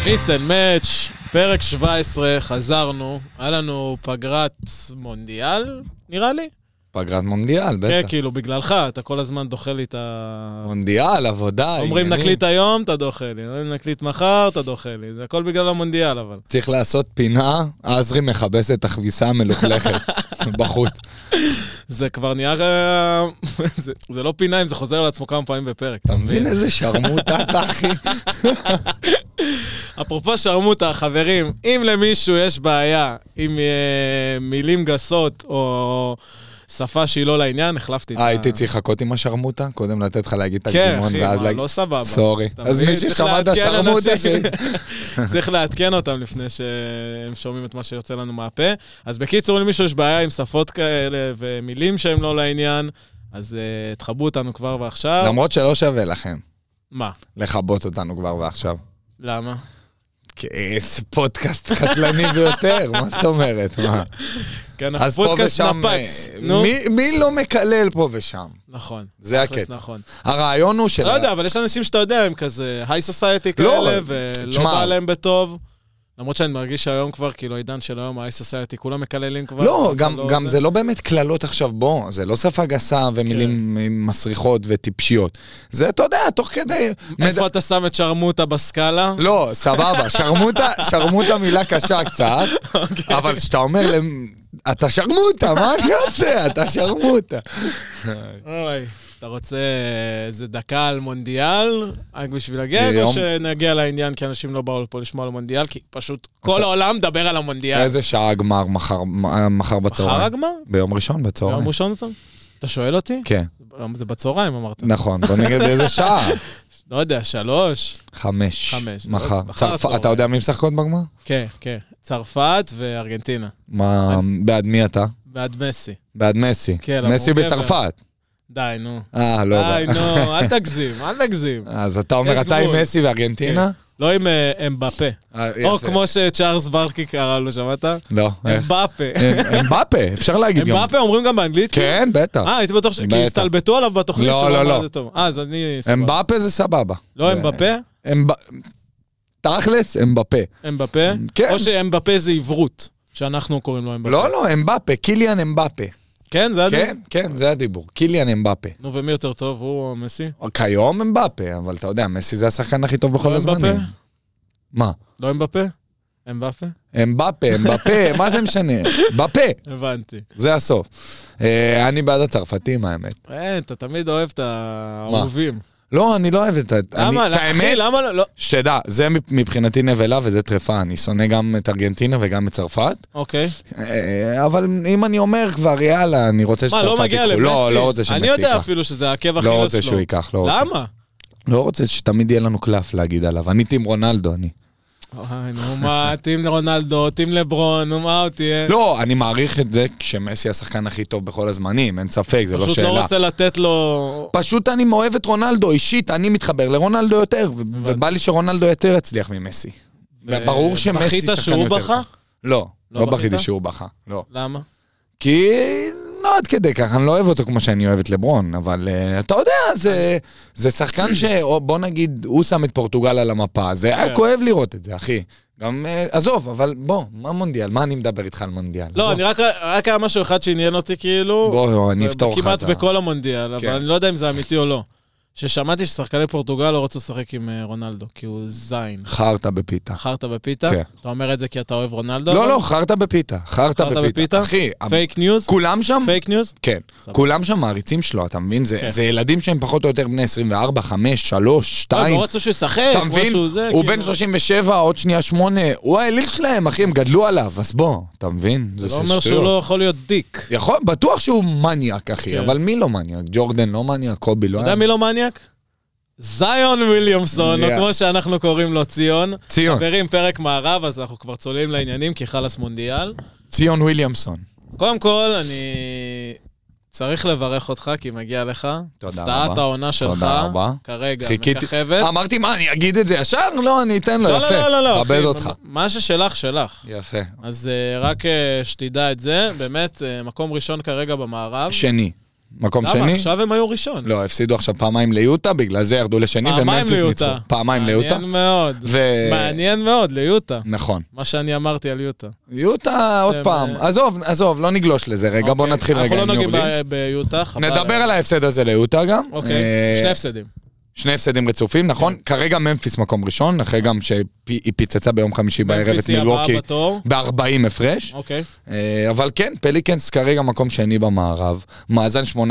מיס אנד מאץ', פרק 17, חזרנו, היה לנו פגרת מונדיאל, נראה לי? פגרת מונדיאל, בטח. כן, כאילו, בגללך, אתה כל הזמן דוחה לי את ה... מונדיאל, עבודה, אומרים נקליט היום, אתה דוחה לי, אומרים נקליט מחר, אתה דוחה לי, זה הכל בגלל המונדיאל, אבל. צריך לעשות פינה, עזרי מחבס את הכביסה המלוכלכת, בחוץ. זה כבר נהיה... זה לא פינה אם זה חוזר על עצמו כמה פעמים בפרק. אתה מבין איזה שרמוטה אתה, אחי? אפרופו שרמוטה, חברים, אם למישהו יש בעיה עם מילים גסות או שפה שהיא לא לעניין, החלפתי את ה... הייתי צריך לחכות עם השרמוטה, קודם לתת לך להגיד את כן, הקדימון, אחי, ואז מה, לא סבבה. סורי. אז מי ששמע את השרמוטה צריך לעדכן אותם לפני שהם שומעים את מה שיוצא לנו מהפה. אז בקיצור, אם למישהו יש בעיה עם שפות כאלה ומילים שהם לא לעניין, אז תחבו אותנו כבר ועכשיו. למרות שלא שווה לכם. מה? לחבות אותנו כבר ועכשיו. למה? כי זה פודקאסט קטלני ביותר, מה זאת אומרת? מה? כן, אנחנו פודקאסט נפץ. מי לא מקלל פה ושם? נכון. זה הקטע. נכון. הרעיון הוא של... לא יודע, אבל יש אנשים שאתה יודע, הם כזה היי סוסייטי כאלה, ולא בא להם בטוב. למרות שאני מרגיש שהיום כבר, כאילו, עידן של היום, היי סוסייטי, כולם מקללים כבר. לא, גם זה לא באמת כללות עכשיו, בוא, זה לא שפה גסה ומילים מסריחות וטיפשיות. זה, אתה יודע, תוך כדי... איפה אתה שם את שרמוטה בסקאלה? לא, סבבה, שרמוטה מילה קשה קצת, אבל כשאתה אומר להם, אתה שרמוטה, מה אני עושה? אתה שרמוטה. אוי, אתה רוצה איזה דקה על מונדיאל, רק בשביל הגג, או שנגיע לעניין, כי אנשים לא באו פה לשמוע על מונדיאל, כי פשוט כל העולם מדבר על המונדיאל. איזה שעה הגמר מחר בצהריים? מחר הגמר? ביום ראשון בצהריים. ביום ראשון בצהריים? אתה שואל אותי? כן. זה בצהריים, אמרת. נכון, בוא נגיד באיזה שעה. לא יודע, 3? 5. מחר. אתה יודע מי משחקות בגמר? כן, כן. צרפת וארגנטינה. בעד מי אתה? בעד מסי. בעד מסי. מסי בצרפת. די, נו. לא. די, נו, אל תגזים, אל תגזים. אז אתה אומר, אתה עם מסי וארגנטינה? לא עם אמבפה. או כמו שצ'ארלס ברקי קרא לו, שמעת? לא. אמבפה. אמבפה, אפשר להגיד גם. אמבפה אומרים גם באנגלית? כן, בטח. הייתי בטוח כי הסתלבטו עליו בתוכנית שלו. לא. אז אני... אמבפה זה סבבה. לא אמבפה? תכלס, אמבפה. אמבפה? או שאמבפה זה עברות, שאנחנו קוראים לו אמבפה. לא, אמבפה, קיליאן אמבפה. כן, זה הדיבור? כן, זה הדיבור. קיליאן אמבפה. נו, ומי יותר טוב? הוא או מסי? כיום אמבפה, אבל אתה יודע, מסי זה השחקן הכי טוב בכל הזמנים. מה? לא אמבפה? אמבפה? אמבפה, מה זה משנה? בפה. הבנתי. זה הסוף. אני בעד הצרפתים, האמת. אתה תמיד אוהב את האהובים. לא, אני לא אוהב את למה? אחי, למה לא? שתדע, זה מבחינתי נבלה וזה טרפה. אני שונא גם את ארגנטינה וגם את צרפת. אוקיי. אבל אם אני אומר כבר, יאללה, אני רוצה שצרפת ייקחו. מה, לא מגיע למסי? לא רוצה שמסי אני יודע אפילו שזה העקב הכי לא רוצה שהוא ייקח, לא רוצה. למה? לא רוצה שתמיד יהיה לנו קלף להגיד עליו. אני טים רונלדו, אני. נו מה, טים רונלדו, טים לברון, נו מה עוד תהיה? לא, אני מעריך את זה כשמסי השחקן הכי טוב בכל הזמנים, אין ספק, זה לא שאלה. פשוט לא רוצה לתת לו... פשוט אני מאוהב את רונלדו, אישית, אני מתחבר לרונלדו יותר, ובא לי שרונלדו יותר הצליח ממסי. ברור שמסי שחקן יותר. בכית שהוא בכה? לא, לא בכיתי שהוא בכה, לא. למה? כי לא עד כדי כך, אני לא אוהב אותו כמו שאני אוהב את לברון, אבל אתה יודע, זה שחקן שבוא נגיד, הוא שם את פורטוגל על המפה, זה היה כואב לראות את זה, אחי. גם, עזוב, אבל בוא, מה מונדיאל? מה אני מדבר איתך על מונדיאל? לא, אני רק היה משהו אחד שעניין אותי כאילו, בוא, אני אפתור לך. כמעט בכל המונדיאל, אבל אני לא יודע אם זה אמיתי או לא. ששמעתי ששחקני פורטוגל לא רצו לשחק עם רונלדו, כי הוא זין. חרטה בפיתה. חרטה בפיתה? כן. אתה אומר את זה כי אתה אוהב רונלדו? לא, חרטה בפיתה. חרטה בפיתה. אחי, פייק ניוז? כולם שם? פייק ניוז? כן. כולם שם מעריצים שלו, אתה מבין? זה ילדים שהם פחות או יותר בני 24, 5, 3, 2. לא רצו שישחק, אתה מבין? הוא בן 37, עוד שנייה 8. הוא האליל שלהם, אחי, הם גדלו עליו, אז בוא, אתה מבין? זה לא אומר שהוא לא יכול להיות דיק. יכול, בטוח שהוא מניאק, אחי, אבל מי לא מניאק? ג'ורדן לא מניאק, קובי לא. אתה יודע מי לא מניאק? זיון וויליאמסון, או כמו שאנחנו קוראים לו, ציון. ציון. חברים, פרק מערב, אז אנחנו כבר צוללים לעניינים, כי חלס מונדיאל. ציון וויליאמסון. קודם כל, אני צריך לברך אותך, כי מגיע לך. תודה רבה. הפתעת העונה שלך. תודה רבה. כרגע, מככבת. אמרתי, מה, אני אגיד את זה ישר? לא, אני אתן לו, יפה. לא, כבד אותך. מה ששלך, שלך. יפה. אז רק שתדע את זה, באמת, מקום ראשון כרגע במערב. שני. מקום שני. למה? עכשיו הם היו ראשון. לא, הפסידו עכשיו פעמיים ליוטה, בגלל זה ירדו לשני, וממפיס ניצחו. פעמיים ליוטה. מעניין מאוד. מעניין מאוד, ליוטה. נכון. מה שאני אמרתי על יוטה. יוטה, עוד פעם. עזוב, לא נגלוש לזה. רגע, בוא נתחיל רגע עם ניו אורלינס. אנחנו לא נוגעים ביוטה. נדבר על ההפסד הזה ליוטה גם. אוקיי, שני הפסדים. שני הפסדים רצופים, נכון? כרגע ממפיס מקום ראשון, אחרי גם שהיא פיצצה ביום חמישי בערב את מילווקי ב-40 הפרש. אוקיי. אבל כן, פליקנס כרגע מקום שני במערב, מאזן 18-9,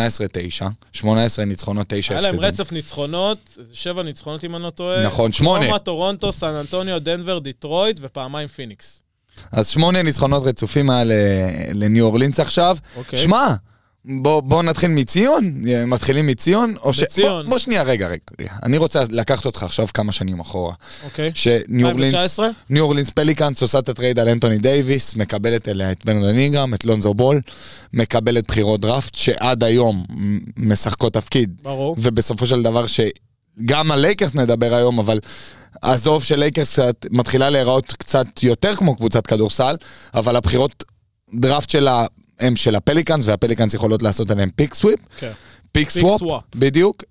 18 ניצחונות, 9 הפסדים. היה להם רצף ניצחונות, 7 ניצחונות אם אני לא טועה. נכון, 8. רומא, טורונטו, סן אנטוניו, דנבר, דיטרויט ופעמיים פיניקס. אז 8 ניצחונות רצופים היה לניו אורלינס עכשיו. שמע, בוא נתחיל מציון, מתחילים מציון, בציון. בוא שנייה, רגע. אני רוצה לקחת אותך עכשיו כמה שנים אחורה. אוקיי. שניו אורלינס פליקאנס עושה את הטרייד על אנטוני דייביס, מקבלת אליה את ברנדון אינגרם, את לונזו בול, מקבלת בחירות דראפט, שעד היום משחקות תפקיד. ברור. ובסופו של דבר שגם על לייקרס נדבר היום, אבל עזוב שלייקרס מתחילה להיראות קצת יותר כמו קבוצת כדורסל, אבל הבחירות דראפט שלה הם של הפליקאנס, והפליקאנס יכולות לעשות עליהם פיק סוויפ. כן. פיק סוואפ, בדיוק.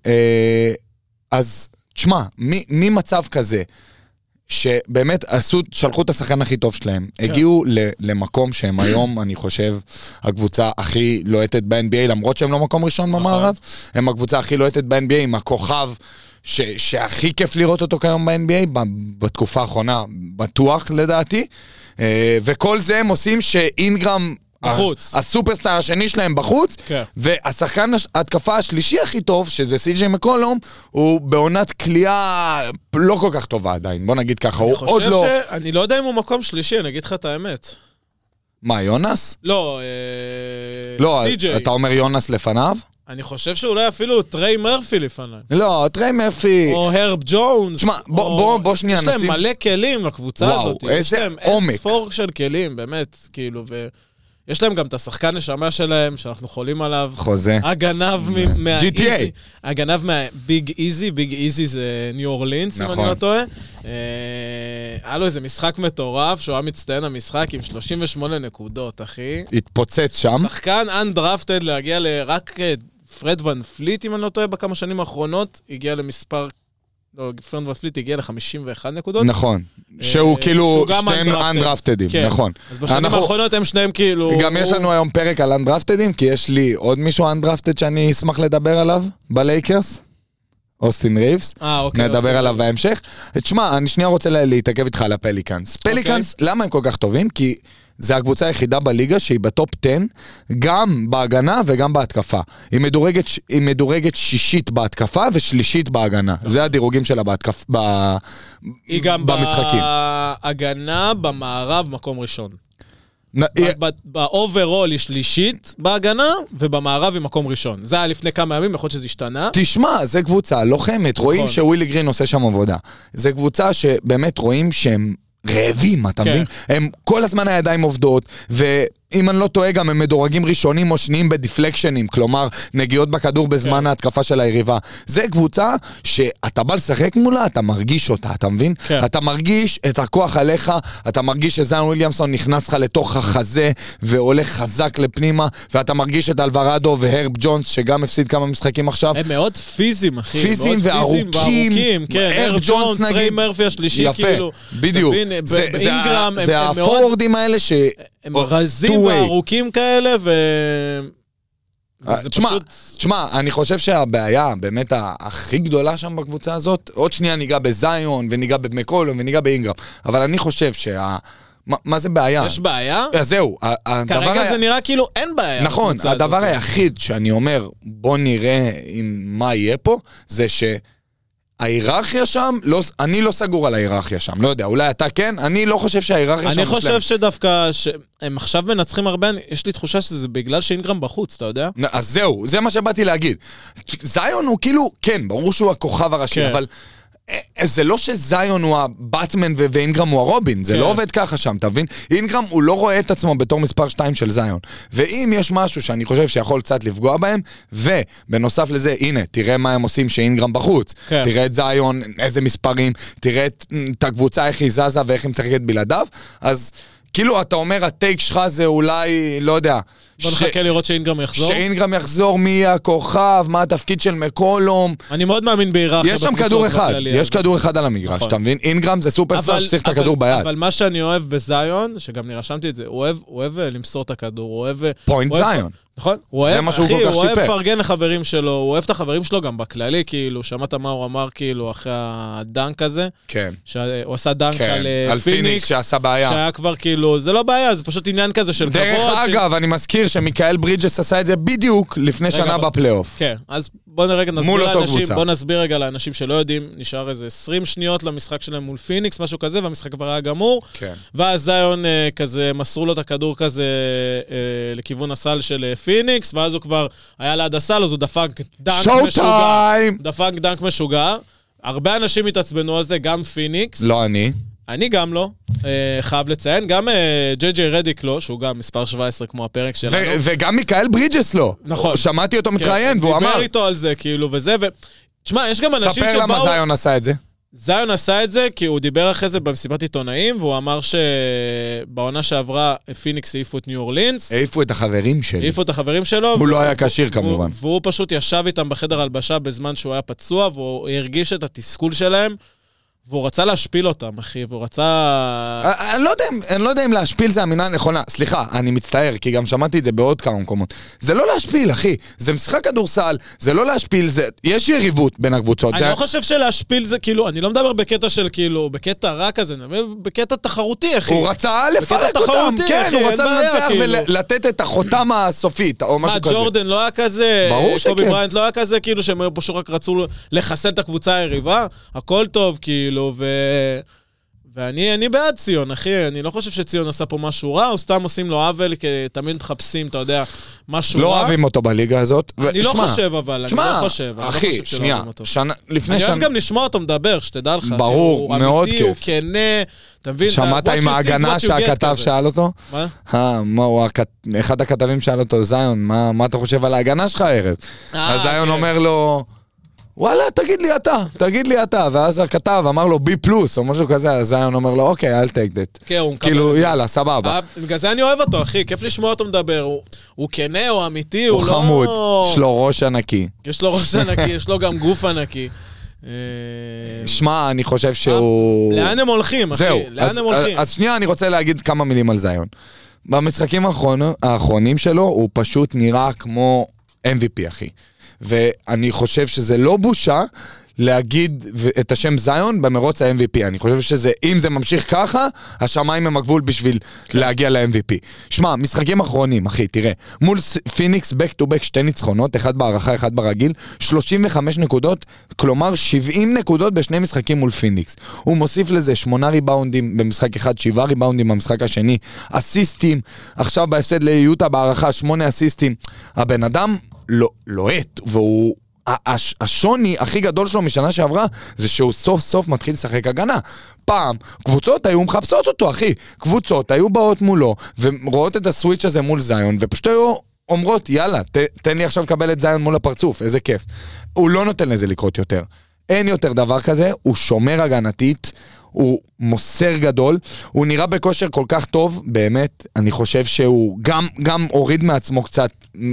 אז תשמע, ממצב כזה, שבאמת שלחו את השחקן הכי טוב שלהם, הגיעו למקום שהם היום, אני חושב, הקבוצה הכי לוהטת ב-NBA, למרות שהם לא מקום ראשון במערב, הם הקבוצה הכי לוהטת ב-NBA, עם הכוכב שהכי כיף לראות אותו כיום ב-NBA, בתקופה האחרונה, בטוח לדעתי, וכל זה הם עושים שאינגרם, בחוץ. הסופרסטאר השני שלהם בחוץ, כן. והשחקן ההתקפה השלישי הכי טוב, שזה סי.ג'יי מקולום, הוא בעונת קליעה לא כל כך טובה עדיין, בוא נגיד ככה, הוא עוד לא... אני לא יודע אם הוא מקום שלישי, אני אגיד לך את האמת. מה, יונס? לא, לא, סי.ג'יי. אתה אומר יונס לפניו? אני חושב שאולי אפילו טריי מרפי לפניי. לא, טריי מרפי... או הרב ג'ונס. תשמע, בוא שנייה נשים... יש להם מלא כלים לקבוצה הזאת. וואו, איזה עומק. יש להם ספור של כלים, באמת, כאילו, יש להם גם את השחקן נשמה שלהם, שאנחנו חולים עליו. חוזה. הגנב GTA. הגנב מהביג איזי, ביג איזי זה ניו אורלינס, אם אני לא טועה. היה לו איזה משחק מטורף, שהוא היה מצטיין המשחק עם 38 נקודות, אחי. התפוצץ שם. שחקן אנדרפטד להגיע רק פרד ון פליט, אם אני לא טועה, בכמה שנים האחרונות, הגיע למספר... לא, פרד ון פליט הגיע ל-51 נקודות. נכון. שהוא כאילו שניהם אנדרפטדים, נכון. אז בשנים האחרונות הם שניהם כאילו... גם יש לנו היום פרק על אנדרפטדים, כי יש לי עוד מישהו אנדרפטד שאני אשמח לדבר עליו בלייקרס. אוסטין ריבס. נדבר עליו בהמשך. תשמע, אני שנייה רוצה להתעכב איתך על הפליקאנס. פליקאנס, למה הם כל כך טובים? כי זה הקבוצה היחידה בליגה שהיא בטופ 10, גם בהגנה וגם בהתקפה. היא מדורגת שישית בהתקפה ושלישית בהגנה. זה הדירוגים שלה במשחקים. היא גם בהגנה במערב מקום ראשון. באוברול היא שלישית בהגנה, ובמערב היא מקום ראשון. זה היה לפני כמה ימים, יכול להיות שזה השתנה. תשמע, זה קבוצה לוחמת. רואים שווילי גרין עושה שם עבודה. זה קבוצה שבאמת רואים שהם רעבים, אתה מבין? הם כל הזמן הידיים עובדות, ואם אני לא טועה גם הם מדורגים ראשונים או שניים בדיפלקשנים, כלומר נגיעות בכדור בזמן ההתקפה של היריבה. זה קבוצה שאתה בא לשחק מולה, אתה מרגיש אותה, אתה מבין? אתה מרגיש את הכוח עליך, אתה מרגיש שזיין וויליאמסון נכנס לך לתוך החזה והולך חזק לפנימה, ואתה מרגיש את אלוורדו והרב ג'ונס שגם הפסיד כמה משחקים עכשיו. הם מאוד פיזיים, אחי. פיזיים וארוכים. כן, הרב ג'ונס, טריי מרפי השלישי, כאילו. בדיוק. זה הפורורדים האלה ש... הם רזים וארוכים כאלה, תשמע, אני חושב שהבעיה באמת הכי גדולה שם בקבוצה הזאת, עוד שנייה ניגע בזיון וניגע במקולום וניגע באינגרם, אבל אני חושב מה זה בעיה? יש בעיה? זהו. כרגע זה נראה כאילו אין בעיה. נכון, הדבר היחיד שאני אומר, בוא נראה מה יהיה פה, זה ש... ההיררכיה שם, אני לא סגור על ההיררכיה שם, לא יודע, אולי אתה כן, אני לא חושב שההיררכיה שם אני חושב שדווקא, הם עכשיו מנצחים הרבה, יש לי תחושה שזה בגלל שאינגרם בחוץ, אתה יודע? אז זהו, זה מה שבאתי להגיד. זיון הוא כאילו, כן, ברור שהוא הכוכב הראשי, אבל... זה לא שזיון הוא הבטמן ואינגרם הוא הרובין, זה לא עובד ככה שם, אתה מבין? אינגרם הוא לא רואה את עצמו בתור מספר 2 של זיון, ואם יש משהו שאני חושב שיכול קצת לפגוע בהם, ובנוסף לזה, הנה, תראה מה הם עושים שאינגרם בחוץ, תראה את זיון, איזה מספרים, תראה את הקבוצה איך היא זזה ואיך היא משחקת בלעדיו, אז כאילו אתה אומר, הטייק שלך זה אולי, לא יודע, בוא נחכה לראות שאינגרם יחזור. שאינגרם יחזור, מי יהיה הכוכב, מה התפקיד של מקולום. אני מאוד מאמין בהיררכיה. יש שם כדור אחד, יש כדור אחד על המגרש, אתה מבין? אינגרם זה סופרסטאר שצריך את הכדור ביד. אבל מה שאני אוהב בזיון, שגם נרשמתי את זה, הוא אוהב למסור את הכדור, הוא אוהב... פוינט זיון. נכון? הוא אוהב לפרגן לחברים שלו, הוא אוהב את החברים שלו גם בכללי, כאילו, שמעת מה הוא אמר, כאילו, אחרי הדנק הזה? כן. שהוא עשה דנק על פיניקס, שעשה בעיה. שהיה כבר כאילו, זה לא בעיה, זה פשוט עניין כזה של כבוד. דרך אגב, אני מזכיר שמיקאל ברידג'ס עשה את זה בדיוק לפני שנה בפלייאוף. כן, אז בוא נסביר רגע לאנשים שלא יודעים, נשאר איזה 20 שניות למשחק שלהם מול פיניקס, משהו כזה, והמשחק כבר היה גמור. כן. ואז זיון כזה, מסרו לו את הכדור כזה לכיוון הסל של פיניקס, ואז הוא כבר היה ליד הסל, אז הוא דפק דנק משוגע. דפק דנק משוגע. הרבה אנשים התעצבנו על זה, גם פיניקס. לא אני. אני גם לא, חייב לציין, גם ג'יי רדיק לא, שהוא גם מספר 17 כמו הפרק שלנו. וגם מיקאל ברידג'ס לא. נכון. שמעתי אותו מתראיין, והוא אמר... דיבר איתו על זה, כאילו, וזה, תשמע, יש גם אנשים שבאו... ספר למה זיון עשה את זה. זיון עשה את זה כי הוא דיבר אחרי זה במסיבת עיתונאים, והוא אמר שבעונה שעברה פיניקס העיפו את ניו אורלינס. העיפו את החברים שלי. העיפו את החברים שלו. הוא לא היה קשיר כמובן. והוא פשוט ישב איתם בחדר הלבשה בזמן שהוא היה פצוע, והוא הרגיש את התסכול שלהם. והוא רצה להשפיל אותם, אחי, והוא רצה... אני לא יודע אם להשפיל זה המילה הנכונה. סליחה, אני מצטער, כי גם שמעתי את זה בעוד כמה מקומות. זה לא להשפיל, אחי. זה משחק כדורסל, זה לא להשפיל, יש יריבות בין הקבוצות. אני לא חושב שלהשפיל זה, כאילו, אני לא מדבר בקטע של, כאילו, בקטע רע כזה, אני מדבר בקטע תחרותי, אחי. הוא רצה לפרק אותם, כן, הוא רצה לנצח ולתת את החותם הסופית, או משהו כזה. ג'ורדן לא היה כזה, ברור שכן. קובי בריינט לא היה כזה, כאילו, שהם פשוט רק רצו לחסל את הקבוצה היריבה. הכל טוב, כאילו, ואני בעד ציון, אחי, אני לא חושב שציון עשה פה משהו רע, או סתם עושים לו עוול, כי תמיד מחפשים, אתה יודע, משהו רע. לא אוהבים אותו בליגה הזאת. אני לא חושב, אבל, אני לא חושב. אחי, שנייה, לפני אני אוהב גם לשמוע אותו מדבר, שתדע לך. ברור, מאוד כיף. הוא כנה, אתה מבין? שמעת עם ההגנה שהכתב שאל אותו? מה הוא, אחד הכתבים שאל אותו, זיון, מה אתה חושב על ההגנה שלך הערב? אז זיון אומר לו... וואלה, תגיד לי אתה, ואז הכתב אמר לו בי פלוס, או משהו כזה, אז זיון אומר לו, אוקיי, אל take that. כאילו, יאללה, סבבה. בגלל זה אני אוהב אותו, אחי, כיף לשמוע אותו מדבר, הוא כנה, הוא אמיתי, הוא לא... הוא חמוד, יש לו ראש ענקי. יש לו ראש ענקי, יש לו גם גוף ענקי. שמע, אני חושב שהוא... לאן הם הולכים, אחי? לאן הם הולכים? אז שנייה, אני רוצה להגיד כמה מילים על זיון. במשחקים האחרונים שלו, הוא פשוט נראה כמו MVP, אחי. ואני חושב שזה לא בושה להגיד את השם זיון במרוץ ה-MVP. אני חושב שזה, אם זה ממשיך ככה, השמיים הם הגבול בשביל להגיע ל-MVP. שמע, משחקים אחרונים, אחי, תראה. מול פיניקס, back to back, 2 ניצחונות, 1 בהערכה, 1 ברגיל, 35 נקודות, כלומר 70 נקודות בשני משחקים מול פיניקס. הוא מוסיף לזה 8 ריבאונדים במשחק אחד, 7 ריבאונדים במשחק השני, אסיסטים, עכשיו בהפסד ליוטה בהערכה, 8 אסיסטים. הבן אדם לא עט, והוא... השוני הכי גדול שלו משנה שעברה זה שהוא סוף סוף מתחיל לשחק הגנה. פעם, קבוצות היו מחפשות אותו, אחי. קבוצות היו באות מולו ורואות את הסוויץ' הזה מול זיון ופשוט היו אומרות, יאללה, תן לי עכשיו לקבל את זיון מול הפרצוף, איזה כיף. הוא לא נותן לזה לקרות יותר. אין יותר דבר כזה, הוא שומר הגנתית, הוא מוסר גדול, הוא נראה בכושר כל כך טוב, באמת, אני חושב שהוא גם הוריד מעצמו קצת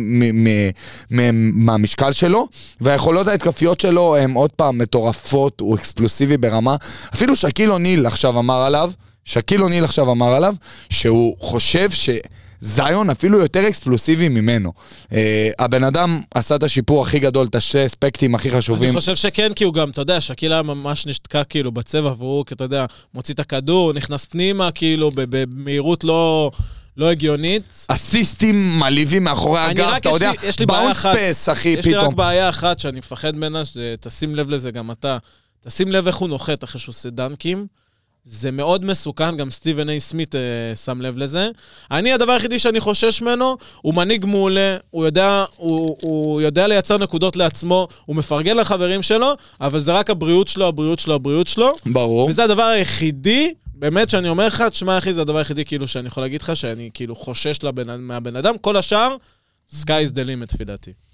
מהמשקל שלו, והיכולות ההתקפיות שלו הן עוד פעם מטורפות, הוא אקספלוסיבי ברמה, אפילו שקיל אוניל עכשיו אמר עליו, שהוא חושב זיון אפילו יותר אקספלוסיבי ממנו. הבן אדם עשה את השיפור הכי גדול, את השני אספקטים הכי חשובים. אני חושב שכן, כי הוא גם, אתה יודע, שקיל היה ממש נשתקע כאילו בצבע, והוא, אתה יודע, מוציא את הכדור, נכנס פנימה, כאילו, במהירות לא הגיונית. אסיסטים מלאיבים מאחורי הגב, אתה יודע, באונס פס, אחי, פתאום. יש לי רק בעיה אחת שאני מפחד ממנה, תשים לב לזה גם אתה, תשים לב איך הוא נוחת אחרי שהוא עושה דנקים, זה מאוד מסוכן, גם סטיבן איי סמית שם לב לזה. הדבר היחידי שאני חושש ממנו, הוא מנהיג מעולה, הוא יודע לייצר נקודות לעצמו, הוא מפרגן לחברים שלו, אבל זה רק הבריאות שלו. ברור. וזה הדבר היחידי, באמת שאני אומר לך, תשמע אחי, זה הדבר היחידי כאילו שאני יכול להגיד לך, שאני כאילו חושש מהבן אדם, כל השאר, sky is the limit, לפי דעתי.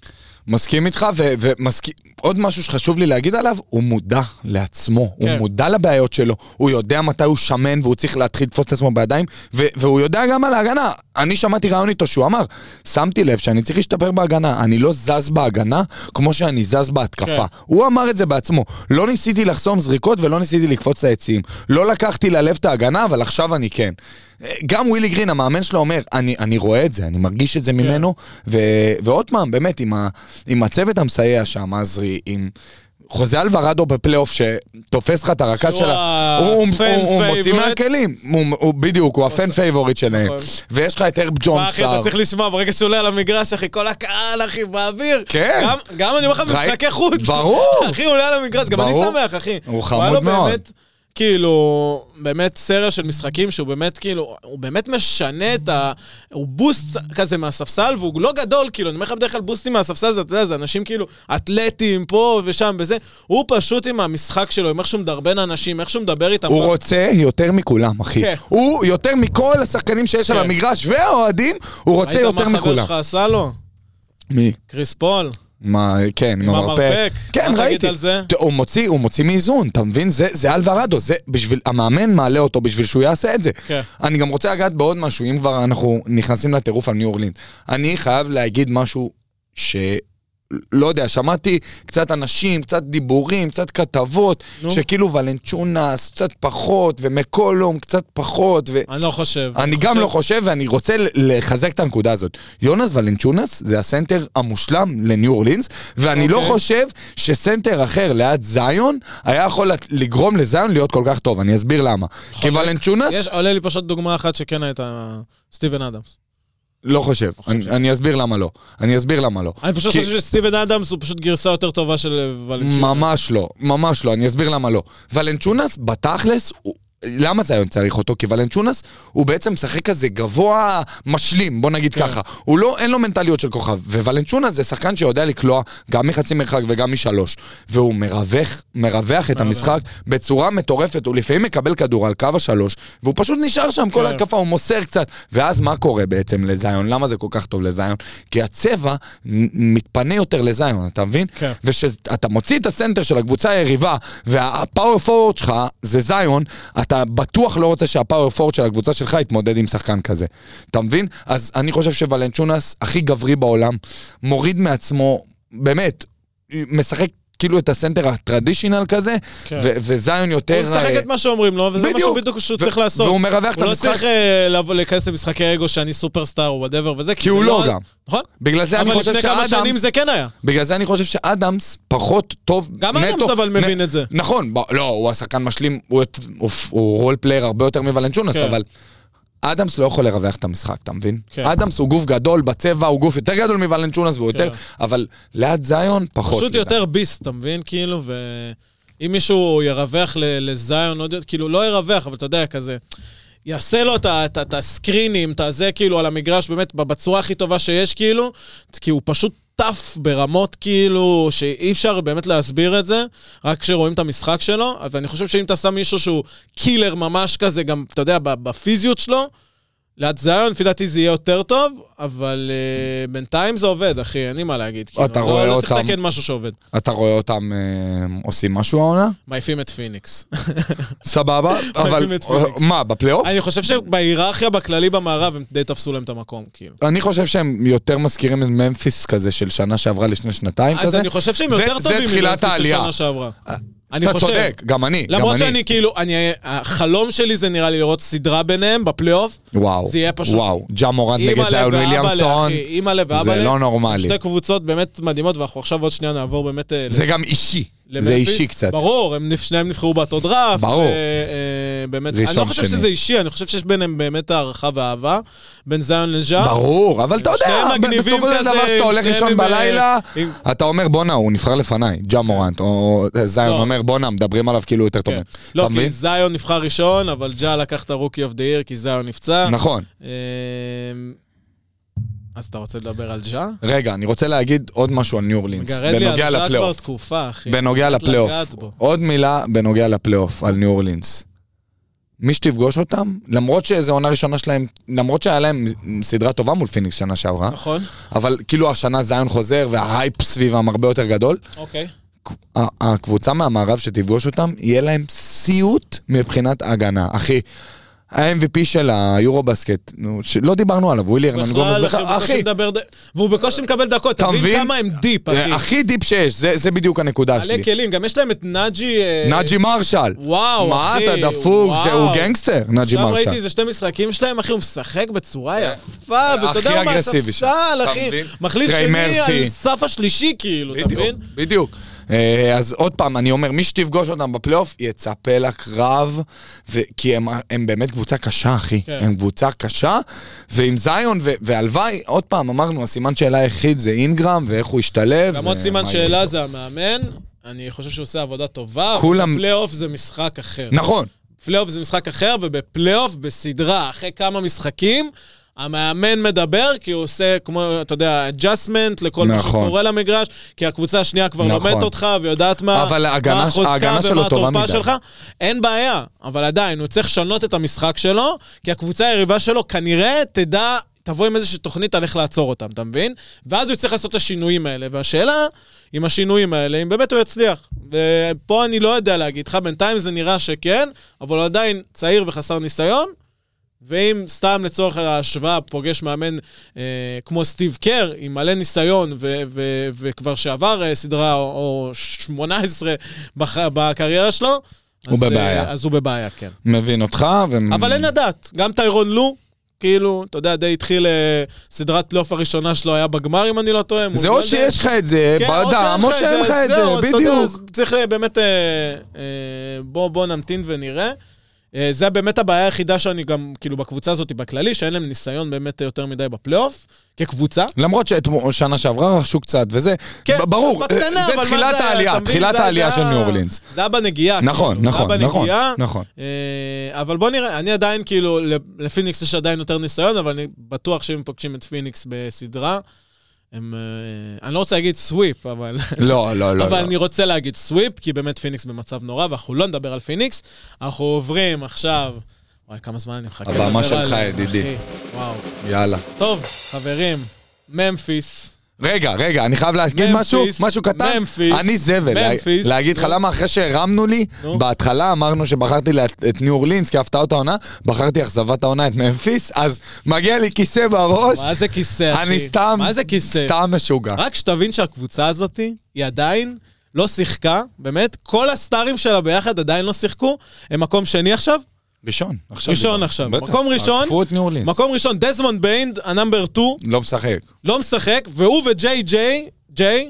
מסכים איתך, עוד משהו שחשוב לי להגיד עליו, הוא מודע לעצמו, הוא מודע לבעיות שלו, הוא יודע מתי הוא שמן, והוא צריך להתחיל לתפוס את עצמו בידיים, והוא יודע גם על ההגנה. אני שמעתי רעיון איתו שהוא אמר, שמתי לב שאני צריך להשתפר בהגנה, אני לא זז בהגנה כמו שאני זז בהתקפה. הוא אמר את זה בעצמו, לא ניסיתי לחסום זריקות ולא ניסיתי לקפוץ ליציאים, לא לקחתי ללב את ההגנה, אבל עכשיו אני כן. גם ווילי גרין, המאמן שלו אומר, אני רואה את זה, אני מרגיש את זה ממנו, ועוד פעם, באמת, עם הצוות המסייע שם, עזרי, עם חוזה אלוורדו בפלייאוף שתופס לך את הרכז שלה, הוא מוציא מהכלים, בדיוק, הוא הפן פייבוריט שלהם, ויש לך את הרב ג'ון אחי, אתה צריך לשמוע, ברגע שהוא עולה על המגרש, אחי, כל הקהל, אחי, באוויר, גם אני אומר לך משחקי חוץ, ברור, אחי, הוא עולה על המגרש, גם אני שמח, אחי, הוא חמוד מאוד. כאילו, באמת סריה של משחקים שהוא באמת, כאילו, הוא באמת משנה את הוא בוסט כזה מהספסל, והוא לא גדול, כאילו, אני אומר לך בדרך כלל בוסטים מהספסל, אתה יודע, זה אנשים כאילו אתלטים פה ושם בזה, הוא פשוט עם המשחק שלו, עם איך שהוא מדרבן אנשים, איך שהוא מדבר איתם. הוא רוצה יותר מכולם, אחי. הוא יותר מכל השחקנים שיש על המגרש והאוהדים, הוא רוצה יותר מכולם. ראית מה חבר שלך עשה לו? מי? קריס פול. מה, כן, עם המרפק. כן, ראיתי. הוא מוציא מאיזון, אתה מבין? זה אלוורדו, זה בשביל, המאמן מעלה אותו בשביל שהוא יעשה את זה. אני גם רוצה לגעת בעוד משהו, אם כבר אנחנו נכנסים לטירוף על ניו אורלינס. אני חייב להגיד משהו לא יודע, שמעתי קצת אנשים, קצת דיבורים, קצת כתבות, שכאילו ולנצ'ונס קצת פחות, ומקולום קצת פחות. אני לא חושב. אני גם לא חושב, ואני רוצה לחזק את הנקודה הזאת. יונס ולנצ'ונס זה הסנטר המושלם לניו אורלינס, ואני לא חושב שסנטר אחר ליד זיון, היה יכול לגרום לזיון להיות כל כך טוב. אני אסביר למה. כי ולנצ'ונס... עולה לי פשוט דוגמה אחת שכן הייתה סטיבן אדמס. לא חושב. אני אסביר למה לא. אני פשוט חושב שסטיבן אדמס הוא פשוט גרסה יותר טובה של ולנצ'ונס. ממש לא, אני אסביר למה לא. ולנצ'ונס, בתכלס, למה זה היום צריך אותו? כי ולנצ'ונס הוא בעצם משחק כזה גבוה משלים, בוא נגיד ככה. אין לו מנטליות של כוכב. וולנצ'ונס זה שחקן שיודע לקלוע גם מחצי מרחק וגם משלוש. והוא מרווח את המשחק בצורה מטורפת. הוא לפעמים מקבל כדור על קו השלוש, והוא פשוט נשאר שם כל התקפה, הוא מוסר קצת. ואז מה קורה בעצם לזיון? למה זה כל כך טוב לזיון? כי הצבע מתפנה יותר לזיון, אתה מבין? ושאתה מוציא את הסנטר של הקבוצה היריבה, והפאוור פורוורד שלך זה זיון, אתה בטוח לא רוצה שהפאוור פורוורד של הקבוצה שלך יתמודד עם שחקן כזה. אתה מבין? אז אני חושב שוולנצ'ונס הכי גברי בעולם, מוריד מעצמו, באמת, משחק כאילו את הסנטר הטרדישיונל כזה, וזיון יותר... הוא משחק את מה שאומרים לו, וזה משהו בדיוק שהוא צריך לעשות. והוא מרווח את המשחק. הוא לא צריך להיכנס למשחקי אגו שאני סופרסטאר או whatever וזה, כי הוא לא גם. נכון? בגלל זה אני חושב אבל לפני כמה שנים זה כן היה. בגלל זה אני חושב שאדמס פחות טוב נטו. גם אדמס אבל מבין את זה. נכון, לא, הוא השחקן משלים, הוא רול פלייר הרבה יותר מוולנצ'ונס, אבל... אדמס לא יכול לרווח את המשחק, אתה מבין? אדמס הוא גוף גדול, בצבע הוא גוף יותר גדול מוולנצ'ונס והוא יותר, אבל ליד זיון פחות. פשוט יותר ביסט, אתה מבין? כאילו, ואם מישהו ירווח לזיון, כאילו לא ירווח, אבל אתה יודע, כזה, יעשה לו את הסקרינים, את הזה כאילו על המגרש, באמת בצורה הכי טובה שיש כאילו, כי הוא פשוט טף ברמות כאילו, שאי אפשר באמת להסביר את זה, רק כשרואים את המשחק שלו, ואני חושב שאם אתה שם מישהו שהוא קילר ממש כזה, גם, אתה יודע, בפיזיות שלו, ליד זיון, לפי דעתי זה יהיה יותר טוב, אבל בינתיים זה עובד, אחי, אין לי מה להגיד. אתה רואה אותם... לא צריך לתקן משהו שעובד. אתה רואה אותם עושים משהו העונה? מעיפים את פיניקס. סבבה, אבל... מה, בפלייאוף? אני חושב שבהיררכיה, בכללי במערב, הם די תפסו להם את המקום, כאילו. אני חושב שהם יותר מזכירים את ממפיס כזה, של שנה שעברה לשני שנתיים כזה. אז אני חושב שהם יותר טובים ממפיס של שנה שעברה. אתה צודק, גם אני. למרות שאני כאילו, החלום שלי זה נראה לי לראות סדרה ביניהם בפלייאוף. וואו, זה יהיה פשוט... וואו, ג'ה מורנט נגד זיון וויליאמסון. זה לא נורמלי. שתי קבוצות באמת מדהימות, ואנחנו עכשיו עוד שנייה נעבור באמת... זה גם אישי. זה אישי קצת. ברור, שניהם נבחרו באותו דראפט. ברור. אני לא חושב שזה אישי, אני חושב שיש ביניהם באמת הערכה ואהבה, בין זיון לג'ה. ברור, אבל אתה יודע, בסופו של דבר שאתה הולך לישון בלילה, אתה אומר בונה, הוא נבחר לפניי, ג'ה מורנט, או זיון אומר בונה, מדברים עליו כאילו יותר טוב. לא, כי זיון נבחר ראשון, אבל ג'ה לקח את הרוקי אוף דה עיר, כי זיון נפצע. נכון. אז אתה רוצה לדבר על ג'ה? רגע, אני רוצה להגיד עוד משהו על ניו אורלינס. בנוגע לפלייאוף. בנוגע לפלייאוף. עוד מילה בנוגע לפלייאוף, על ניו אורלינס. מי שתפגוש אותם, למרות שזו עונה ראשונה שלהם, למרות שהיה להם סדרה טובה מול פיניקס שנה שעברה, נכון. אבל כאילו השנה זיון חוזר וההייפ סביבם הרבה יותר גדול, אוקיי. הקבוצה מהמערב שתפגוש אותם, יהיה להם סיוט מבחינת הגנה. אחי, ה-MVP של היורובסקט, לא דיברנו עליו, ווילי הרנן גומז בכלל, אחי. והוא בקושי מקבל דקות, תבין כמה הם דיפ, אחי. הכי דיפ שיש, זה בדיוק הנקודה שלי. עלי כלים, גם יש להם את נאג'י מרשל. וואו, מה אחי. אתה דפוק, הוא גנגסטר, נאג'י מרשל. עכשיו ראיתי, זה שני משחקים שלהם, אחי, הוא משחק בצורה יפה, ואתה יודע מה, ספסל, אחי. מחליף שני על סף השלישי, כאילו, אתה מבין? בדיוק. אז עוד פעם, אני אומר, מי שתפגוש אותם בפלייאוף, יצפה לקרב, כי הם באמת קבוצה קשה, אחי. הם קבוצה קשה, ועם זיון והלוואי, עוד פעם, אמרנו, הסימן שאלה היחיד זה אינגרם, ואיך הוא ישתלב. גם עוד סימן שאלה זה המאמן, אני חושב שהוא עושה עבודה טובה, בפלייאוף זה משחק אחר. נכון. בפלייאוף זה משחק אחר, ובפלייאוף, בסדרה, אחרי כמה משחקים, המאמן מדבר, כי הוא עושה, כמו, אתה יודע, adjustment לכל מה שקורה למגרש, כי הקבוצה השנייה כבר לומדת אותך, ויודעת מה החוזקה ומה התורפה שלך. אין בעיה, אבל עדיין, הוא צריך לשנות את המשחק שלו, כי הקבוצה היריבה שלו כנראה תבוא עם איזושהי תוכנית על איך לעצור אותם, אתה מבין? ואז הוא צריך לעשות את השינויים האלה, והשאלה, עם השינויים האלה, אם באמת הוא יצליח. ופה אני לא יודע להגיד לך, בינתיים זה נראה שכן, אבל הוא עדיין צעיר וחסר ניסיון, ואם סתם לצורך ההשוואה פוגש מאמן כמו סטיב קר, עם מלא ניסיון, וכבר שעבר סדרה או 18 בקריירה שלו, אז הוא בבעיה, כן. מבין אותך. אבל אין לדעת, גם טיירון לו, כאילו, אתה יודע, די התחיל סדרת פלייאוף הראשונה שלו, היה בגמר, אם אני לא טועה. זה או שיש לך את זה, בדם, או שאין לך את זה, בדיוק. צריך באמת, בוא נמתין ונראה. זה באמת הבעיה היחידה שאני גם, כאילו, בקבוצה הזאת בכללי, שאין להם ניסיון באמת יותר מדי בפלייאוף, כקבוצה. למרות ששנה שעברה רכשו קצת, וזה, ברור, זה תחילת העלייה של ניו אורלינס. זה היה בנגיעה. נכון. אבל בוא נראה, אני עדיין, כאילו, לפיניקס יש עדיין יותר ניסיון, אבל אני בטוח שהם פוגשים את פיניקס בסדרה, אני לא רוצה להגיד סוויפ, אבל... לא. אבל אני רוצה להגיד סוויפ, כי באמת פיניקס במצב נורא, ואנחנו לא נדבר על פיניקס. אנחנו עוברים עכשיו... וואי, כמה זמן אני מחכה. הבמה שלך, ידידי. וואו. יאללה. טוב, חברים, ממפיס. רגע, אני חייב להגיד משהו קטן. אני זבל. להגיד לך למה אחרי שהרמנו לי, בהתחלה אמרנו שבחרתי את ניו אורלינס כהפתעות העונה, בחרתי אכזבת העונה את ממפיס, אז מגיע לי כיסא בראש. מה זה כיסא, אחי? אני סתם משוגע. רק שתבין שהקבוצה הזאת היא עדיין לא שיחקה, באמת, כל הסטארים שלה ביחד עדיין לא שיחקו, הם מקום שני עכשיו. ראשון עכשיו. מקום ראשון, דזמונד ביינד, הנאמבר 2. לא משחק, והוא ג'יי,